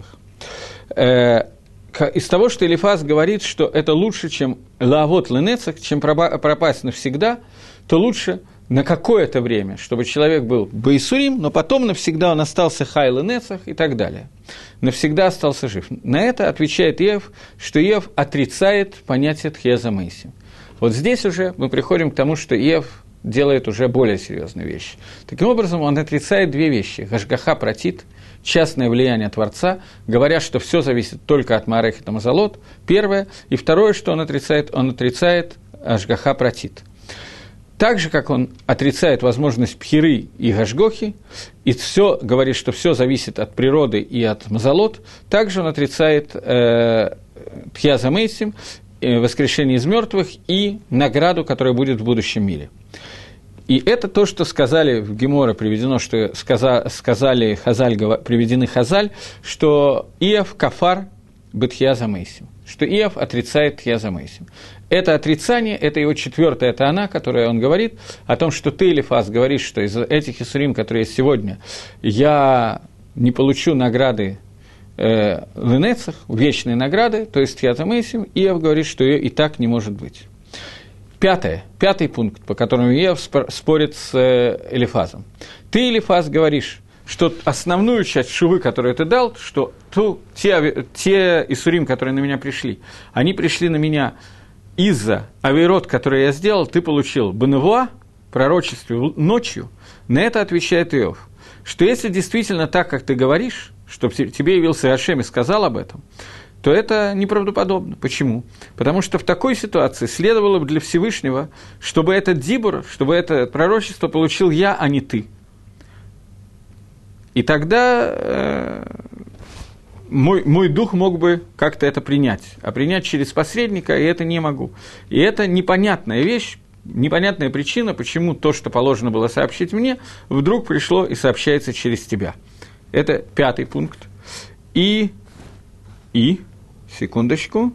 Из того, что Элифаз говорит, что это лучше, чем лаавот ленецах, чем пропасть навсегда, то лучше на какое-то время, чтобы человек был бейсурим, но потом навсегда он остался хай ленецах и так далее. Навсегда остался жив. На это отвечает Иов, что Иов отрицает понятие тхият хамейсим. Вот здесь уже мы приходим к тому, что Иов делает уже более серьезные вещи. Таким образом, он отрицает две вещи. Гашгаха пратит, частное влияние Творца, говоря, что все зависит только от Маарехет Мазалот, первое. И второе, что он отрицает Гашгаха пратит. Так же, как он отрицает возможность пхиры и гашгохи, и все говорит, что все зависит от природы и от Мазалот, также он отрицает тхият хамейсим, воскрешение из мертвых и награду, которая будет в будущем мире. И это то, что сказали в Геморе, приведено, что сказали Хазаль, приведены Хазаль, что Иов кафар бетхият хамейсим, что Иов отрицает тхият хамейсим. Это отрицание, это его четвертая таана, которая он говорит о том, что ты, Элифаз, говоришь, что из этих иссурим, которые есть сегодня, я не получу награды ленецах, вечные награды, то есть тхият хамейсим, Иов говорит, что ее и так не может быть. Пятый пункт, по которому Иов спорит с Элифазом. Ты, Элифаз, говоришь, что основную часть шувы, которую ты дал, что те исурим, которые на меня пришли, они пришли на меня из-за авейрот, которые я сделал, ты получил беневуа, пророчестве ночью. На это отвечает Иов, что если действительно так, как ты говоришь, что тебе явился Ашем и сказал об этом, то это неправдоподобно. Почему? Потому что в такой ситуации следовало бы для Всевышнего, чтобы этот дибур, чтобы это пророчество получил я, а не ты. И тогда мой дух мог бы как-то это принять. А принять через посредника я это не могу. И это непонятная вещь, непонятная причина, почему то, что положено было сообщить мне, вдруг пришло и сообщается через тебя. Это 5 пункт. И секундочку.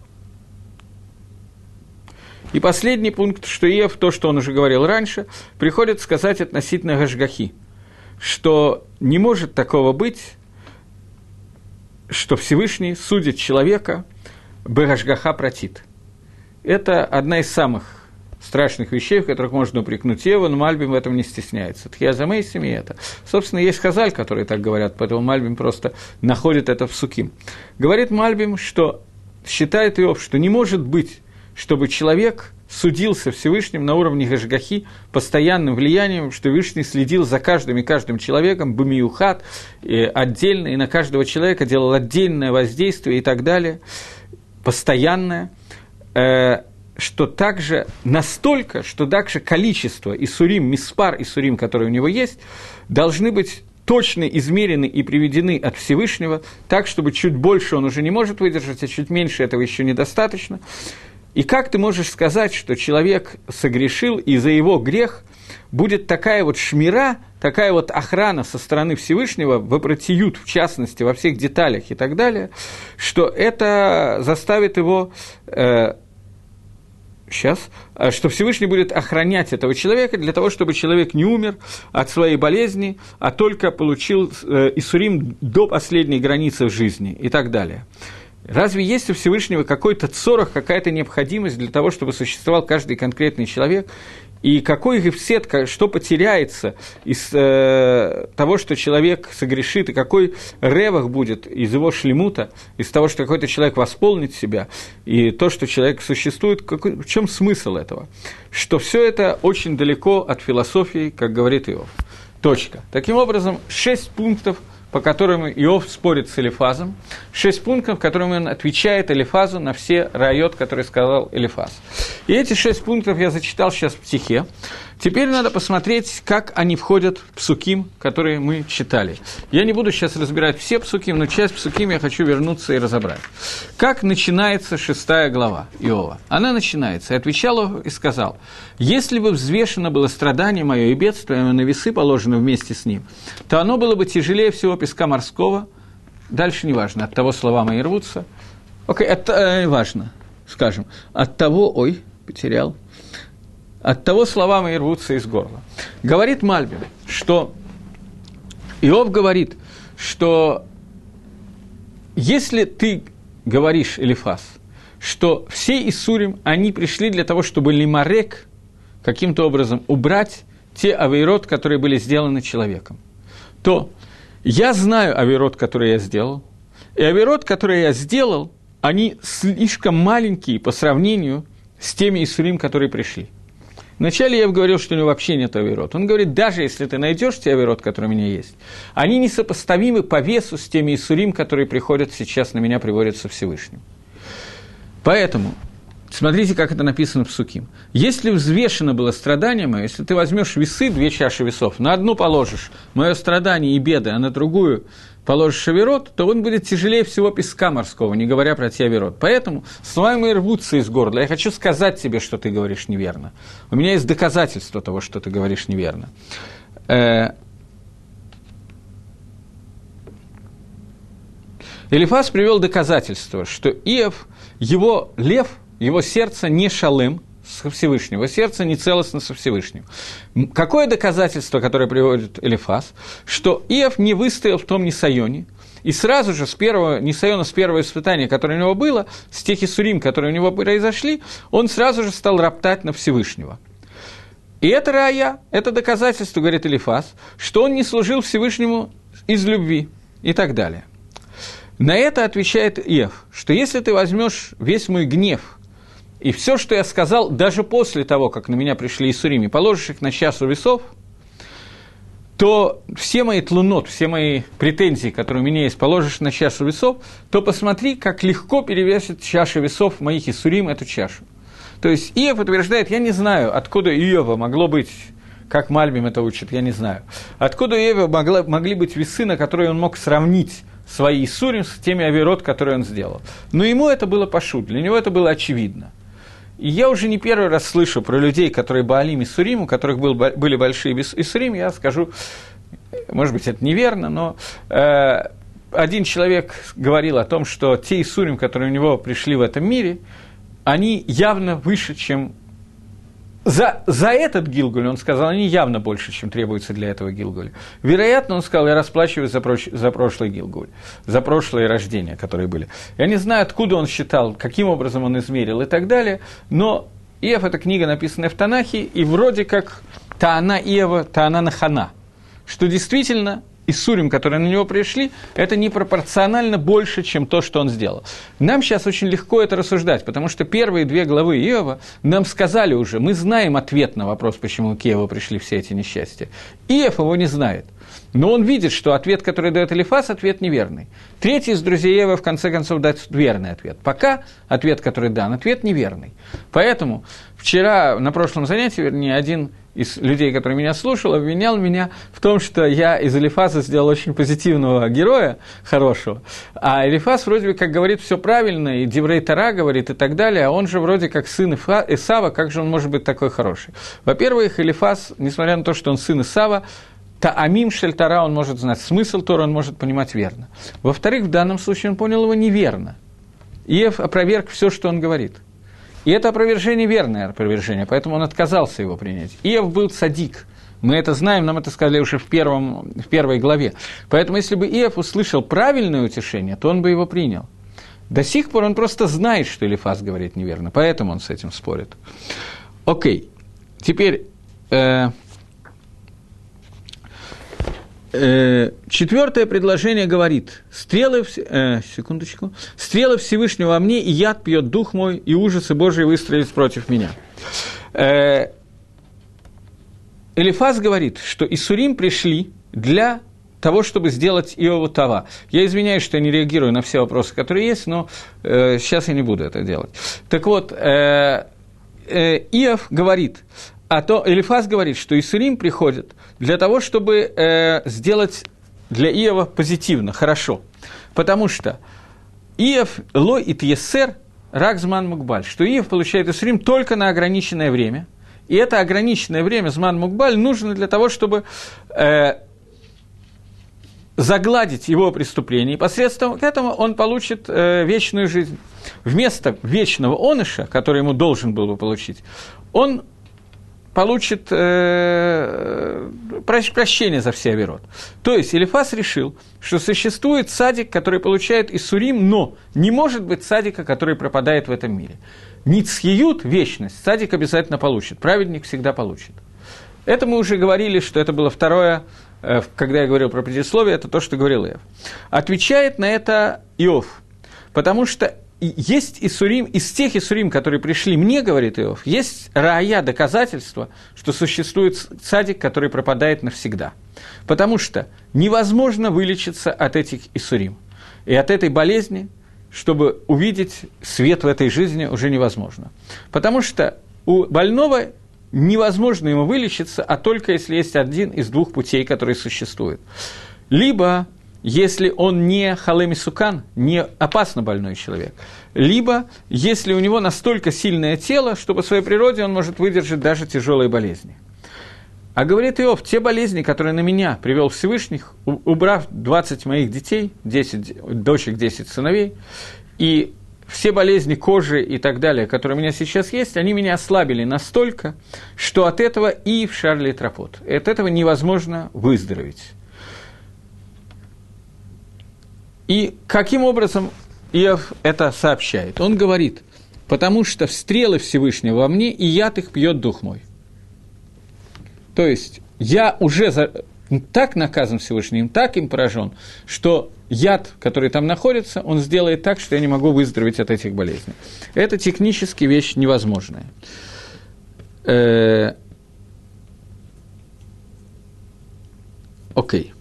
И последний пункт, что Иов, то, что он уже говорил раньше, приходит сказать относительно Гашгахи, что не может такого быть, что Всевышний судит человека Бегашгаха протит. Это одна из самых страшных вещей, в которых можно упрекнуть Еву, но Мальбим в этом не стесняется. Тхиазамейсими это. Собственно, есть Хазаль, которые так говорят, поэтому Мальбим просто находит это в Суким. Говорит Мальбим, что считает Иов, что не может быть, чтобы человек судился Всевышним на уровне Гашгахи постоянным влиянием, что Всевышний следил за каждым и каждым человеком, бамиюхат, отдельно, и на каждого человека делал отдельное воздействие и так далее, постоянное, что также настолько, что также количество исурим, миспар исурим, которые у него есть, должны быть точно измерены и приведены от Всевышнего, так, чтобы чуть больше он уже не может выдержать, а чуть меньше этого еще недостаточно. И как ты можешь сказать, что человек согрешил, и за его грех будет такая вот шмира, такая вот охрана со стороны Всевышнего, в опротиют, в частности, во всех деталях и так далее, что это заставит его... что Всевышний будет охранять этого человека для того, чтобы человек не умер от своей болезни, а только получил исурим до последней границы в жизни и так далее. Разве есть у Всевышнего какой-то цорах, какая-то необходимость для того, чтобы существовал каждый конкретный человек? И какой гефсет, что потеряется из того, что человек согрешит, и какой ревах будет из его шлемута, из того, что какой-то человек восполнит себя, и то, что человек существует, в чем смысл этого? Что все это очень далеко от философии, как говорит Иов. Точка. Таким образом, 6 пунктов, по которым Иов спорит с Элифазом, 6 пунктов, которыми он отвечает Элифазу на все райот, которые сказал Элифаз. И эти 6 пунктов я зачитал сейчас в психе. Теперь надо посмотреть, как они входят в псуким, которые мы читали. Я не буду сейчас разбирать все псуким, но часть псуким я хочу вернуться и разобрать. Как начинается 6 глава Иова? Она начинается, и отвечал и сказал: «Если бы взвешено было страдание мое и бедствие мое на весы положено вместе с ним, то оно было бы тяжелее всего песка морского». Дальше не важно, от того слова мои рвутся. Важно, скажем, от того, потерял. От того слова мои рвутся из горла. Говорит Мальбим, что Иов говорит, что если ты говоришь, Элифаз, что все Исурим, они пришли для того, чтобы лимарек, каким-то образом убрать те авейрот, которые были сделаны человеком, то я знаю авейрот, которые я сделал, и авейрот, которые я сделал, они слишком маленькие по сравнению с теми Исурим, которые пришли. Вначале я говорил, что у него вообще нет авейрот. Он говорит, даже если ты найдешь те авейрот, которые у меня есть, они несопоставимы по весу с теми Исурим, которые приходят сейчас на меня, приводятся Всевышним. Поэтому, смотрите, как это написано в Псуким. Если взвешено было страдание мое, если ты возьмешь весы, 2 чаши весов, на одну положишь мое страдание и беды, а на другую положишь авейрот, то он будет тяжелее всего песка морского, не говоря про те авейрот. Поэтому слова мои рвутся из горла. Я хочу сказать тебе, что ты говоришь неверно. У меня есть доказательство того, что ты говоришь неверно. Элифаз привел доказательство, что Иов, его лев, его сердце не шалем со Всевышним, его сердце не целостно со Всевышним. Какое доказательство, которое приводит Элифаз? Что Иов не выстоял в том Нисайоне, и сразу же с первого Нисайона, с первого испытания, которое у него было, с тех Исурим, которые у него произошли, он сразу же стал роптать на Всевышнего. И это рая, это доказательство, говорит Элифаз, что он не служил Всевышнему из любви и так далее. На это отвечает Иов, что если ты возьмешь весь мой гнев и все, что я сказал, даже после того, как на меня пришли Исурим, и положишь их на чашу весов, то все мои тлунот, все мои претензии, которые у меня есть, положишь на чашу весов, то посмотри, как легко перевесит чаша весов моих Исурим эту чашу. То есть Иов утверждает, я не знаю, откуда у Иова могло быть, как Мальбим это учит, я не знаю, откуда у Иова могли быть весы, на которые он мог сравнить свои Исурим с теми авирот, которые он сделал. Но ему это было пашут, для него это было очевидно. И я уже не первый раз слышу про людей, которые Баалим Исурим, у которых были большие Исурим, я скажу, может быть, это неверно, но один человек говорил о том, что те Исурим, которые у него пришли в этом мире, они явно выше, чем... За этот Гилгуль, он сказал, они явно больше, чем требуется для этого Гилгуля. Вероятно, он сказал, я расплачиваюсь за прошлый Гилгуль, за прошлые рождения, которые были. Я не знаю, откуда он считал, каким образом он измерил и так далее, но Иов – это книга, написанная в Танахе, и вроде как Таана Иова, Таана Нахана, что действительно Исурим, которые на него пришли, это непропорционально больше, чем то, что он сделал. Нам сейчас очень легко это рассуждать, потому что первые 2 главы Иова нам сказали уже, мы знаем ответ на вопрос, почему к Иову пришли все эти несчастья. Иов его не знает, но он видит, что ответ, который дает Элифаз, ответ неверный. Третий из друзей Иова, в конце концов, дает верный ответ. Пока ответ, который дан, ответ неверный. Поэтому вчера, на прошлом занятии, вернее, один из людей, который меня слушал, обвинял меня в том, что я из Элифаза сделал очень позитивного героя, хорошего, а Элифаз вроде бы как говорит все правильно, и Деврей Тора говорит и так далее, а он же вроде как сын Исава, как же он может быть такой хороший? Во-первых, Элифаз, несмотря на то, что он сын Исава, Таамим шель Тора, он может знать смысл Тора, он может понимать верно. Во-вторых, в данном случае он понял его неверно. Иов опроверг все, что он говорит. И это опровержение верное опровержение, поэтому он отказался его принять. Иов был цадик. Мы это знаем, нам это сказали уже в первой главе. Поэтому если бы Иов услышал правильное утешение, то он бы его принял. До сих пор он просто знает, что Элифаз говорит неверно, поэтому он с этим спорит. Окей. Теперь... 4-е предложение говорит, стрелы Всевышнего во мне, и яд пьет дух мой, и ужасы Божии выстроились против меня. Элифаз говорит, что Исурим пришли для того, чтобы сделать Иову това. Я извиняюсь, что я не реагирую на все вопросы, которые есть, но сейчас я не буду это делать. Так вот, Иов говорит... Элифаз говорит, что Исурим приходит для того, чтобы сделать для Иова позитивно, хорошо. Потому что Иов ло ит есер рак зман мукбаль, что Иов получает Исурим только на ограниченное время. И это ограниченное время, зман мукбаль, нужно для того, чтобы загладить его преступление. И посредством этому он получит вечную жизнь. Вместо вечного оныша, который ему должен был бы получить, он получит прощение за все авирот. То есть Элифаз решил, что существует цадик, который получает Исурим, но не может быть цадика, который пропадает в этом мире. Ницхиют, вечность, цадик обязательно получит, праведник всегда получит. Это мы уже говорили, что это было второе, когда я говорил про предисловие, это то, что говорил Иов. Отвечает на это Иов, потому что есть Исурим, из тех Исурим, которые пришли мне, говорит Иов, есть раая, доказательство, что существует цадик, который пропадает навсегда. Потому что невозможно вылечиться от этих Исурим. И от этой болезни, чтобы увидеть свет в этой жизни, уже невозможно. Потому что у больного невозможно ему вылечиться, а только если есть один из 2 путей, которые существуют. Либо... если он не халем сукан, не опасно больной человек, либо если у него настолько сильное тело, что по своей природе он может выдержать даже тяжелые болезни. А говорит Иов, те болезни, которые на меня привел Всевышний, убрав 20 моих детей, 10 дочек, 10 сыновей, и все болезни кожи и так далее, которые у меня сейчас есть, они меня ослабили настолько, что от этого и в шарле тропот. И от этого невозможно выздороветь. И каким образом Иов это сообщает? Он говорит, потому что стрелы Всевышнего во мне, и яд их пьет дух мой. То есть я уже так наказан Всевышним, так им поражен, что яд, который там находится, он сделает так, что я не могу выздороветь от этих болезней. Это технически вещь невозможная. Окей.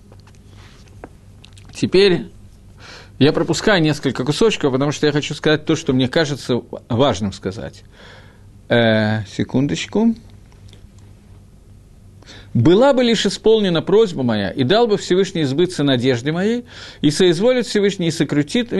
Теперь я пропускаю несколько кусочков, потому что я хочу сказать то, что мне кажется важным сказать. Секундочку. «Была бы лишь исполнена просьба моя, и дал бы Всевышний сбыться надежде моей, и соизволит Всевышний, и сокрушит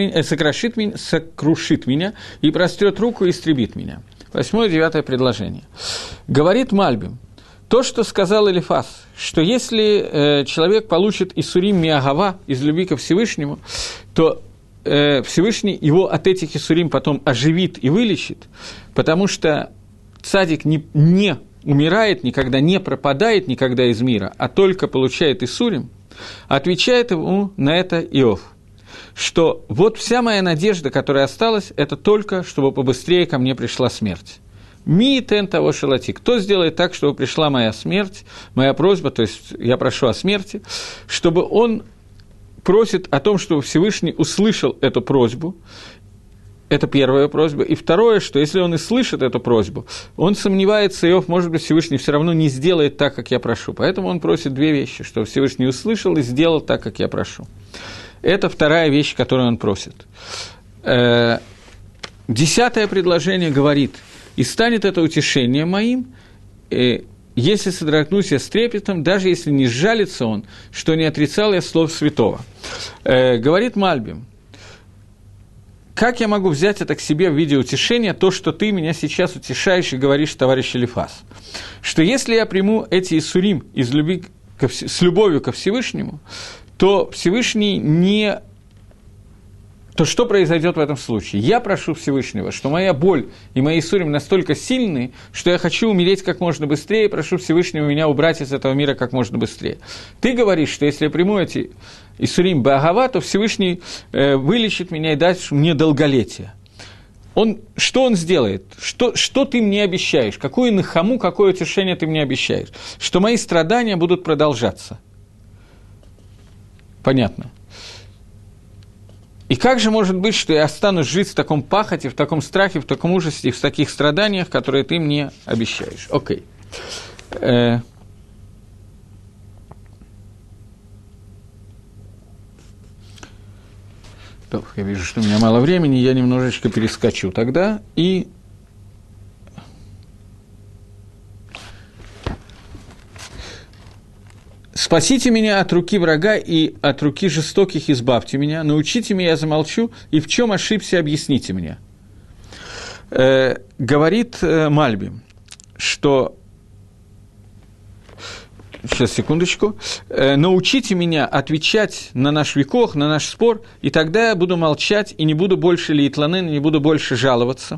меня, и прострет руку, и истребит меня». 8 и 9 предложение. Говорит Мальбим, то, что сказал Элифаз, что если человек получит Исурим Миагава из любви ко Всевышнему, то Всевышний его от этих Исурим потом оживит и вылечит, потому что цадик не умирает никогда, не пропадает никогда из мира, а только получает Исурим, отвечает ему на это Иов, что вот вся моя надежда, которая осталась, это только, чтобы побыстрее ко мне пришла смерть. Ми тен того шалати. Кто сделает так, чтобы пришла моя смерть, моя просьба, то есть я прошу о смерти, чтобы он просит о том, чтобы Всевышний услышал эту просьбу. Это первая просьба. И второе, что если он и слышит эту просьбу, он сомневается, Иов, может быть, Всевышний все равно не сделает так, как я прошу. Поэтому он просит две вещи, чтобы Всевышний услышал и сделал так, как я прошу. Это вторая вещь, которую он просит. 10 предложение говорит: «И станет это утешением моим, если содрогнусь я с трепетом, даже если не сжалится он, что не отрицал я слов святого». Говорит Мальбим, как я могу взять это к себе в виде утешения, то, что ты меня сейчас утешаешь и говоришь, товарищ Элифаз, что если я приму эти Исурим с любовью ко Всевышнему, то Всевышний не... то что произойдет в этом случае? Я прошу Всевышнего, что моя боль и мои Исурим настолько сильные, что я хочу умереть как можно быстрее, и прошу Всевышнего меня убрать из этого мира как можно быстрее. Ты говоришь, что если я приму эти Исурим Баагава, то Всевышний вылечит меня и даст мне долголетие. Что он сделает? Что ты мне обещаешь? Какую нахаму, какое утешение ты мне обещаешь? Что мои страдания будут продолжаться. Понятно. И как же может быть, что я останусь жить в таком пахоте, в таком страхе, в таком ужасе, в таких страданиях, которые ты мне обещаешь? Окей. Я вижу, что у меня мало времени, я немножечко перескочу тогда. И «Спасите меня от руки врага и от руки жестоких избавьте меня, научите меня, я замолчу, и в чем ошибся, объясните мне». Говорит Мальбим, что... Сейчас, секундочку. «Научите меня отвечать на наш векох, на наш спор, и тогда я буду молчать, и не буду больше лиитланен, не буду больше жаловаться.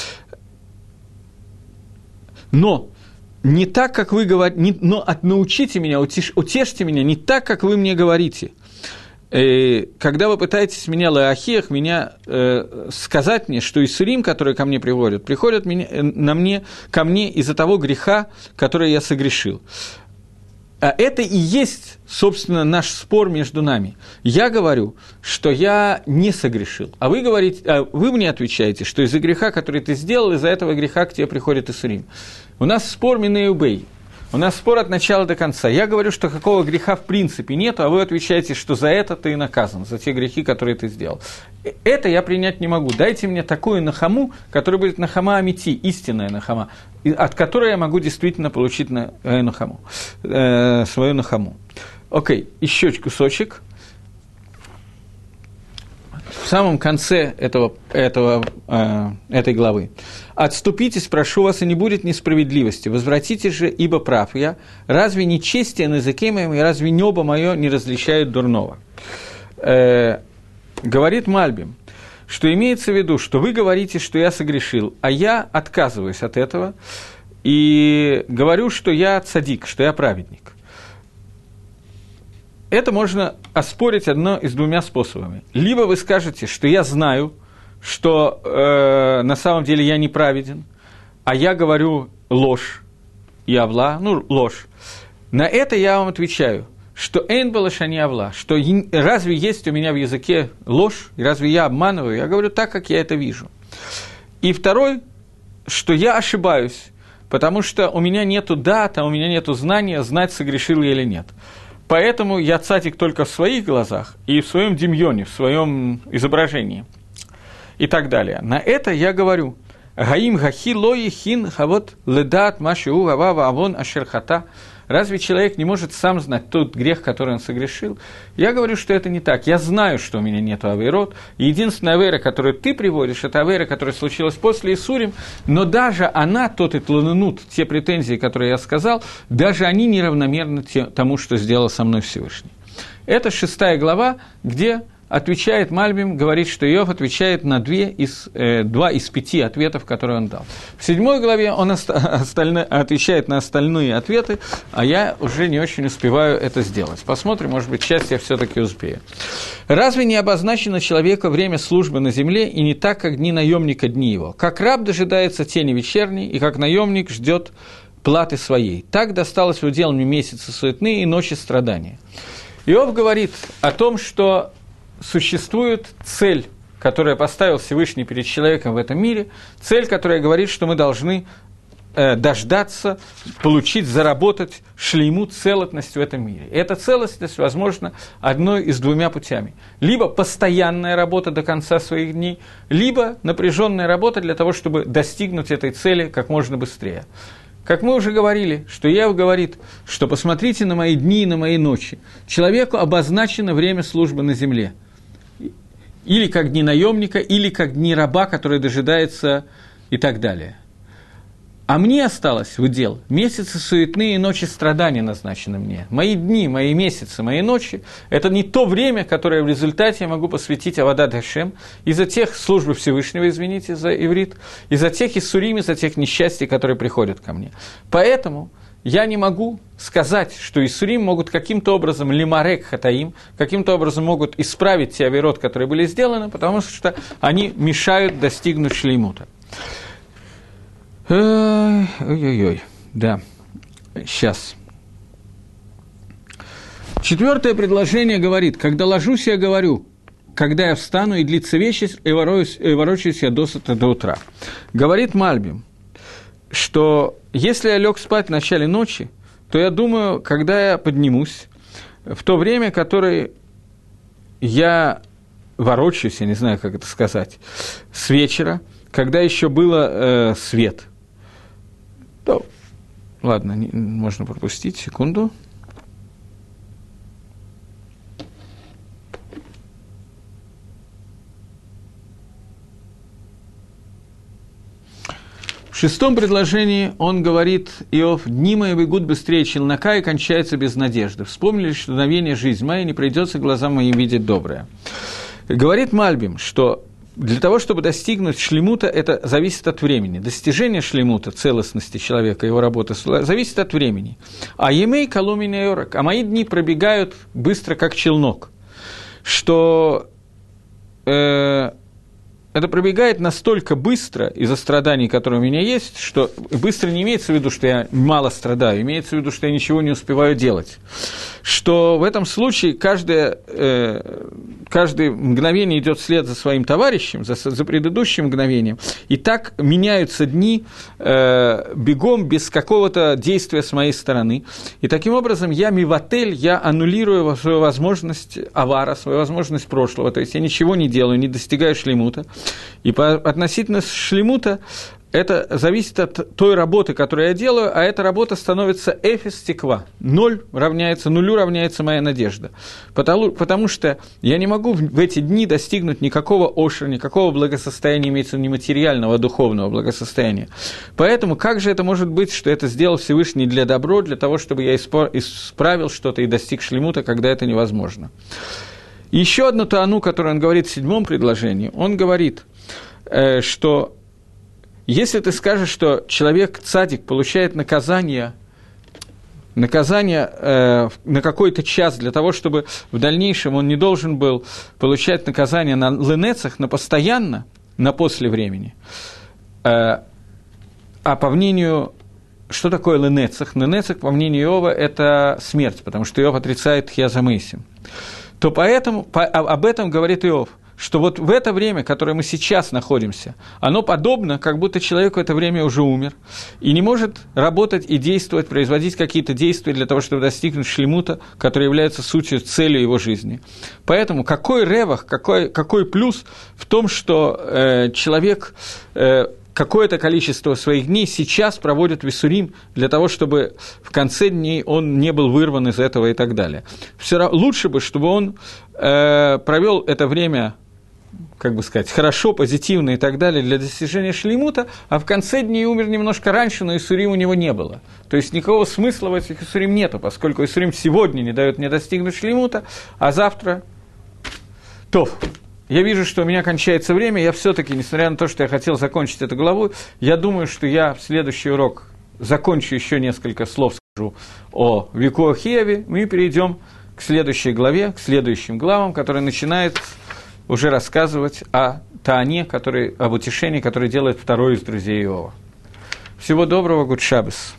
Но не так, как вы говорите, но научите меня, утешьте меня не так, как вы мне говорите. Когда вы пытаетесь меня лаахиях, сказать мне, что Исурим, которые ко мне приходят ко мне из-за того греха, который я согрешил». А это и есть, собственно, наш спор между нами. Я говорю, что я не согрешил, а вы мне отвечаете, что из-за греха, который ты сделал, из-за этого греха к тебе приходит Исурим. У нас спор миней убей. У нас спор от начала до конца. Я говорю, что какого греха в принципе нет, а вы отвечаете, что за это ты наказан, за те грехи, которые ты сделал. Это я принять не могу. Дайте мне такую нахаму, которая будет нахама амити, истинная нахама, от которой я могу действительно получить нахаму, свою нахаму. Окей, еще кусочек. В самом конце этой главы. «Отступитесь, прошу вас, и не будет несправедливости. Возвратитесь же, ибо прав я. Разве не честие на языке моем, и разве небо мое не различает дурного?» Говорит Мальбим, что имеется в виду, что вы говорите, что я согрешил, а я отказываюсь от этого и говорю, что я цадик, что я праведник. Это можно оспорить одно из двумя способами. Либо вы скажете, что я знаю, что на самом деле я неправеден, а я говорю ложь, и авла, ложь. На это я вам отвечаю, что «эйн балашани авла», что разве есть у меня в языке ложь, и разве я обманываю? Я говорю так, как я это вижу. И второй, что я ошибаюсь, потому что у меня нету дата, у меня нету знания, знать, согрешил я или нет. Поэтому я цадик только в своих глазах и в своем демьоне, в своем изображении и так далее. На это я говорю «гаим гахи лои хин хавот ледат машиу гавава авон ашерхата». Разве человек не может сам знать тот грех, который он согрешил? Я говорю, что это не так. Я знаю, что у меня нет авейрот. Единственная авейра, которую ты приводишь, это авейра, которая случилась после Исурим, но даже она, тот и тлананут, те претензии, которые я сказал, даже они неравномерны тому, что сделал со мной Всевышний. Это 6 глава, где отвечает Мальбим, говорит, что Иов отвечает на 2 из 5 ответов, которые он дал. В 7 главе он отвечает на остальные ответы, а я уже не очень успеваю это сделать. Посмотрим, может быть, часть я все-таки успею. «Разве не обозначено человека время службы на земле, и не так, как дни наемника дни его? Как раб дожидается тени вечерней, и как наемник ждет платы своей. Так досталось в удел мне месяцы суетные и ночи страдания». Иов говорит о том, что существует цель, которую поставил Всевышний перед человеком в этом мире, цель, которая говорит, что мы должны дождаться, получить, заработать шлейму, целостность в этом мире. И эта целостность возможна одной из 2 путями. Либо постоянная работа до конца своих дней, либо напряженная работа для того, чтобы достигнуть этой цели как можно быстрее. Как мы уже говорили, что Иов говорит, что посмотрите на мои дни и на мои ночи. Человеку обозначено время службы на земле. Или как дни наемника, или как дни раба, который дожидается и так далее. А мне осталось в удел месяцы суетные и ночи страданий назначены мне. Мои дни, мои месяцы, мои ночи – это не то время, которое в результате я могу посвятить Авадат Хашем из-за тех службы Всевышнего, извините за иврит, из-за тех иссурим, из-за тех несчастий, которые приходят ко мне. Поэтому я не могу сказать, что иссурим могут каким-то образом лимарек хатаим, каким-то образом могут исправить те авирот, которые были сделаны, потому что они мешают достигнуть шлеймута. Ой-ой-ой, да, сейчас. 4 предложение говорит, когда ложусь, я говорю, когда я встану, и длится вечность, и ворочаюсь я досыта до утра. Говорит Мальбим, что если я лег спать в начале ночи, то я думаю, когда я поднимусь, в то время, которое я ворочаюсь, я не знаю, как это сказать, с вечера, когда еще было свет. То, ладно, можно пропустить, секунду. В 6 предложении он говорит, Иов, «Дни мои бегут быстрее челнока и кончаются без надежды. Вспомнили, что мгновение жизнь моя, не придется глазам моим видеть доброе». Говорит Мальбим, что для того, чтобы достигнуть шлемута, это зависит от времени. Достижение шлемута, целостности человека, его работы, зависит от времени. А емей коломин йорак, а мои дни пробегают быстро, как челнок. Что это пробегает настолько быстро из-за страданий, которые у меня есть, что быстро не имеется в виду, что я мало страдаю, имеется в виду, что я ничего не успеваю делать. Что в этом случае каждое мгновение идет вслед за своим товарищем, за предыдущим мгновением, и так меняются дни бегом без какого-то действия с моей стороны. И таким образом я миватель, я аннулирую свою возможность авара, свою возможность прошлого, то есть я ничего не делаю, не достигаю шлемута. И относительно шлемута это зависит от той работы, которую я делаю, а эта работа становится эфис тиква. Нулю равняется моя надежда. Потому что я не могу в эти дни достигнуть никакого ошра, никакого благосостояния, имеется в виду не материального, а духовного благосостояния. Поэтому как же это может быть, что это сделал Всевышний для добро, для того, чтобы я исправил что-то и достиг шлемута, когда это невозможно? Еще одну таану, которую он говорит в 7 предложении, он говорит, что если ты скажешь, что человек, цадик, получает наказание на какой-то час для того, чтобы в дальнейшем он не должен был получать наказание на ленецах, на постоянно, на после времени, а по мнению что такое ленецах? Ленецах, по мнению Иова, это смерть, потому что Иов отрицает хиазамейсим. То поэтому об этом говорит Иов, что вот в это время, в которое мы сейчас находимся, оно подобно, как будто человек в это время уже умер и не может работать и действовать, производить какие-то действия для того, чтобы достигнуть шлемута, который является сутью, целью его жизни. Поэтому какой ревах, какой плюс в том, что человек какое-то количество своих дней сейчас проводит в Исурим для того, чтобы в конце дней он не был вырван из этого и так далее. Лучше бы, чтобы он провел это время, как бы сказать, хорошо, позитивно и так далее для достижения шлеймута, а в конце дней умер немножко раньше, но Исурим у него не было. То есть никакого смысла в этих Исурим нету, поскольку Исурим сегодня не дает мне достигнуть шлеймута, а завтра... Я вижу, что у меня кончается время, я все-таки, несмотря на то, что я хотел закончить эту главу, я думаю, что я в следующий урок закончу еще несколько слов, скажу о Викуа Хиеве, мы перейдем к следующей главе, к следующим главам, которые начинают уже рассказывать о Таане, об утешении, которое делает второй из друзей Иова. Всего доброго, гуд шаббес.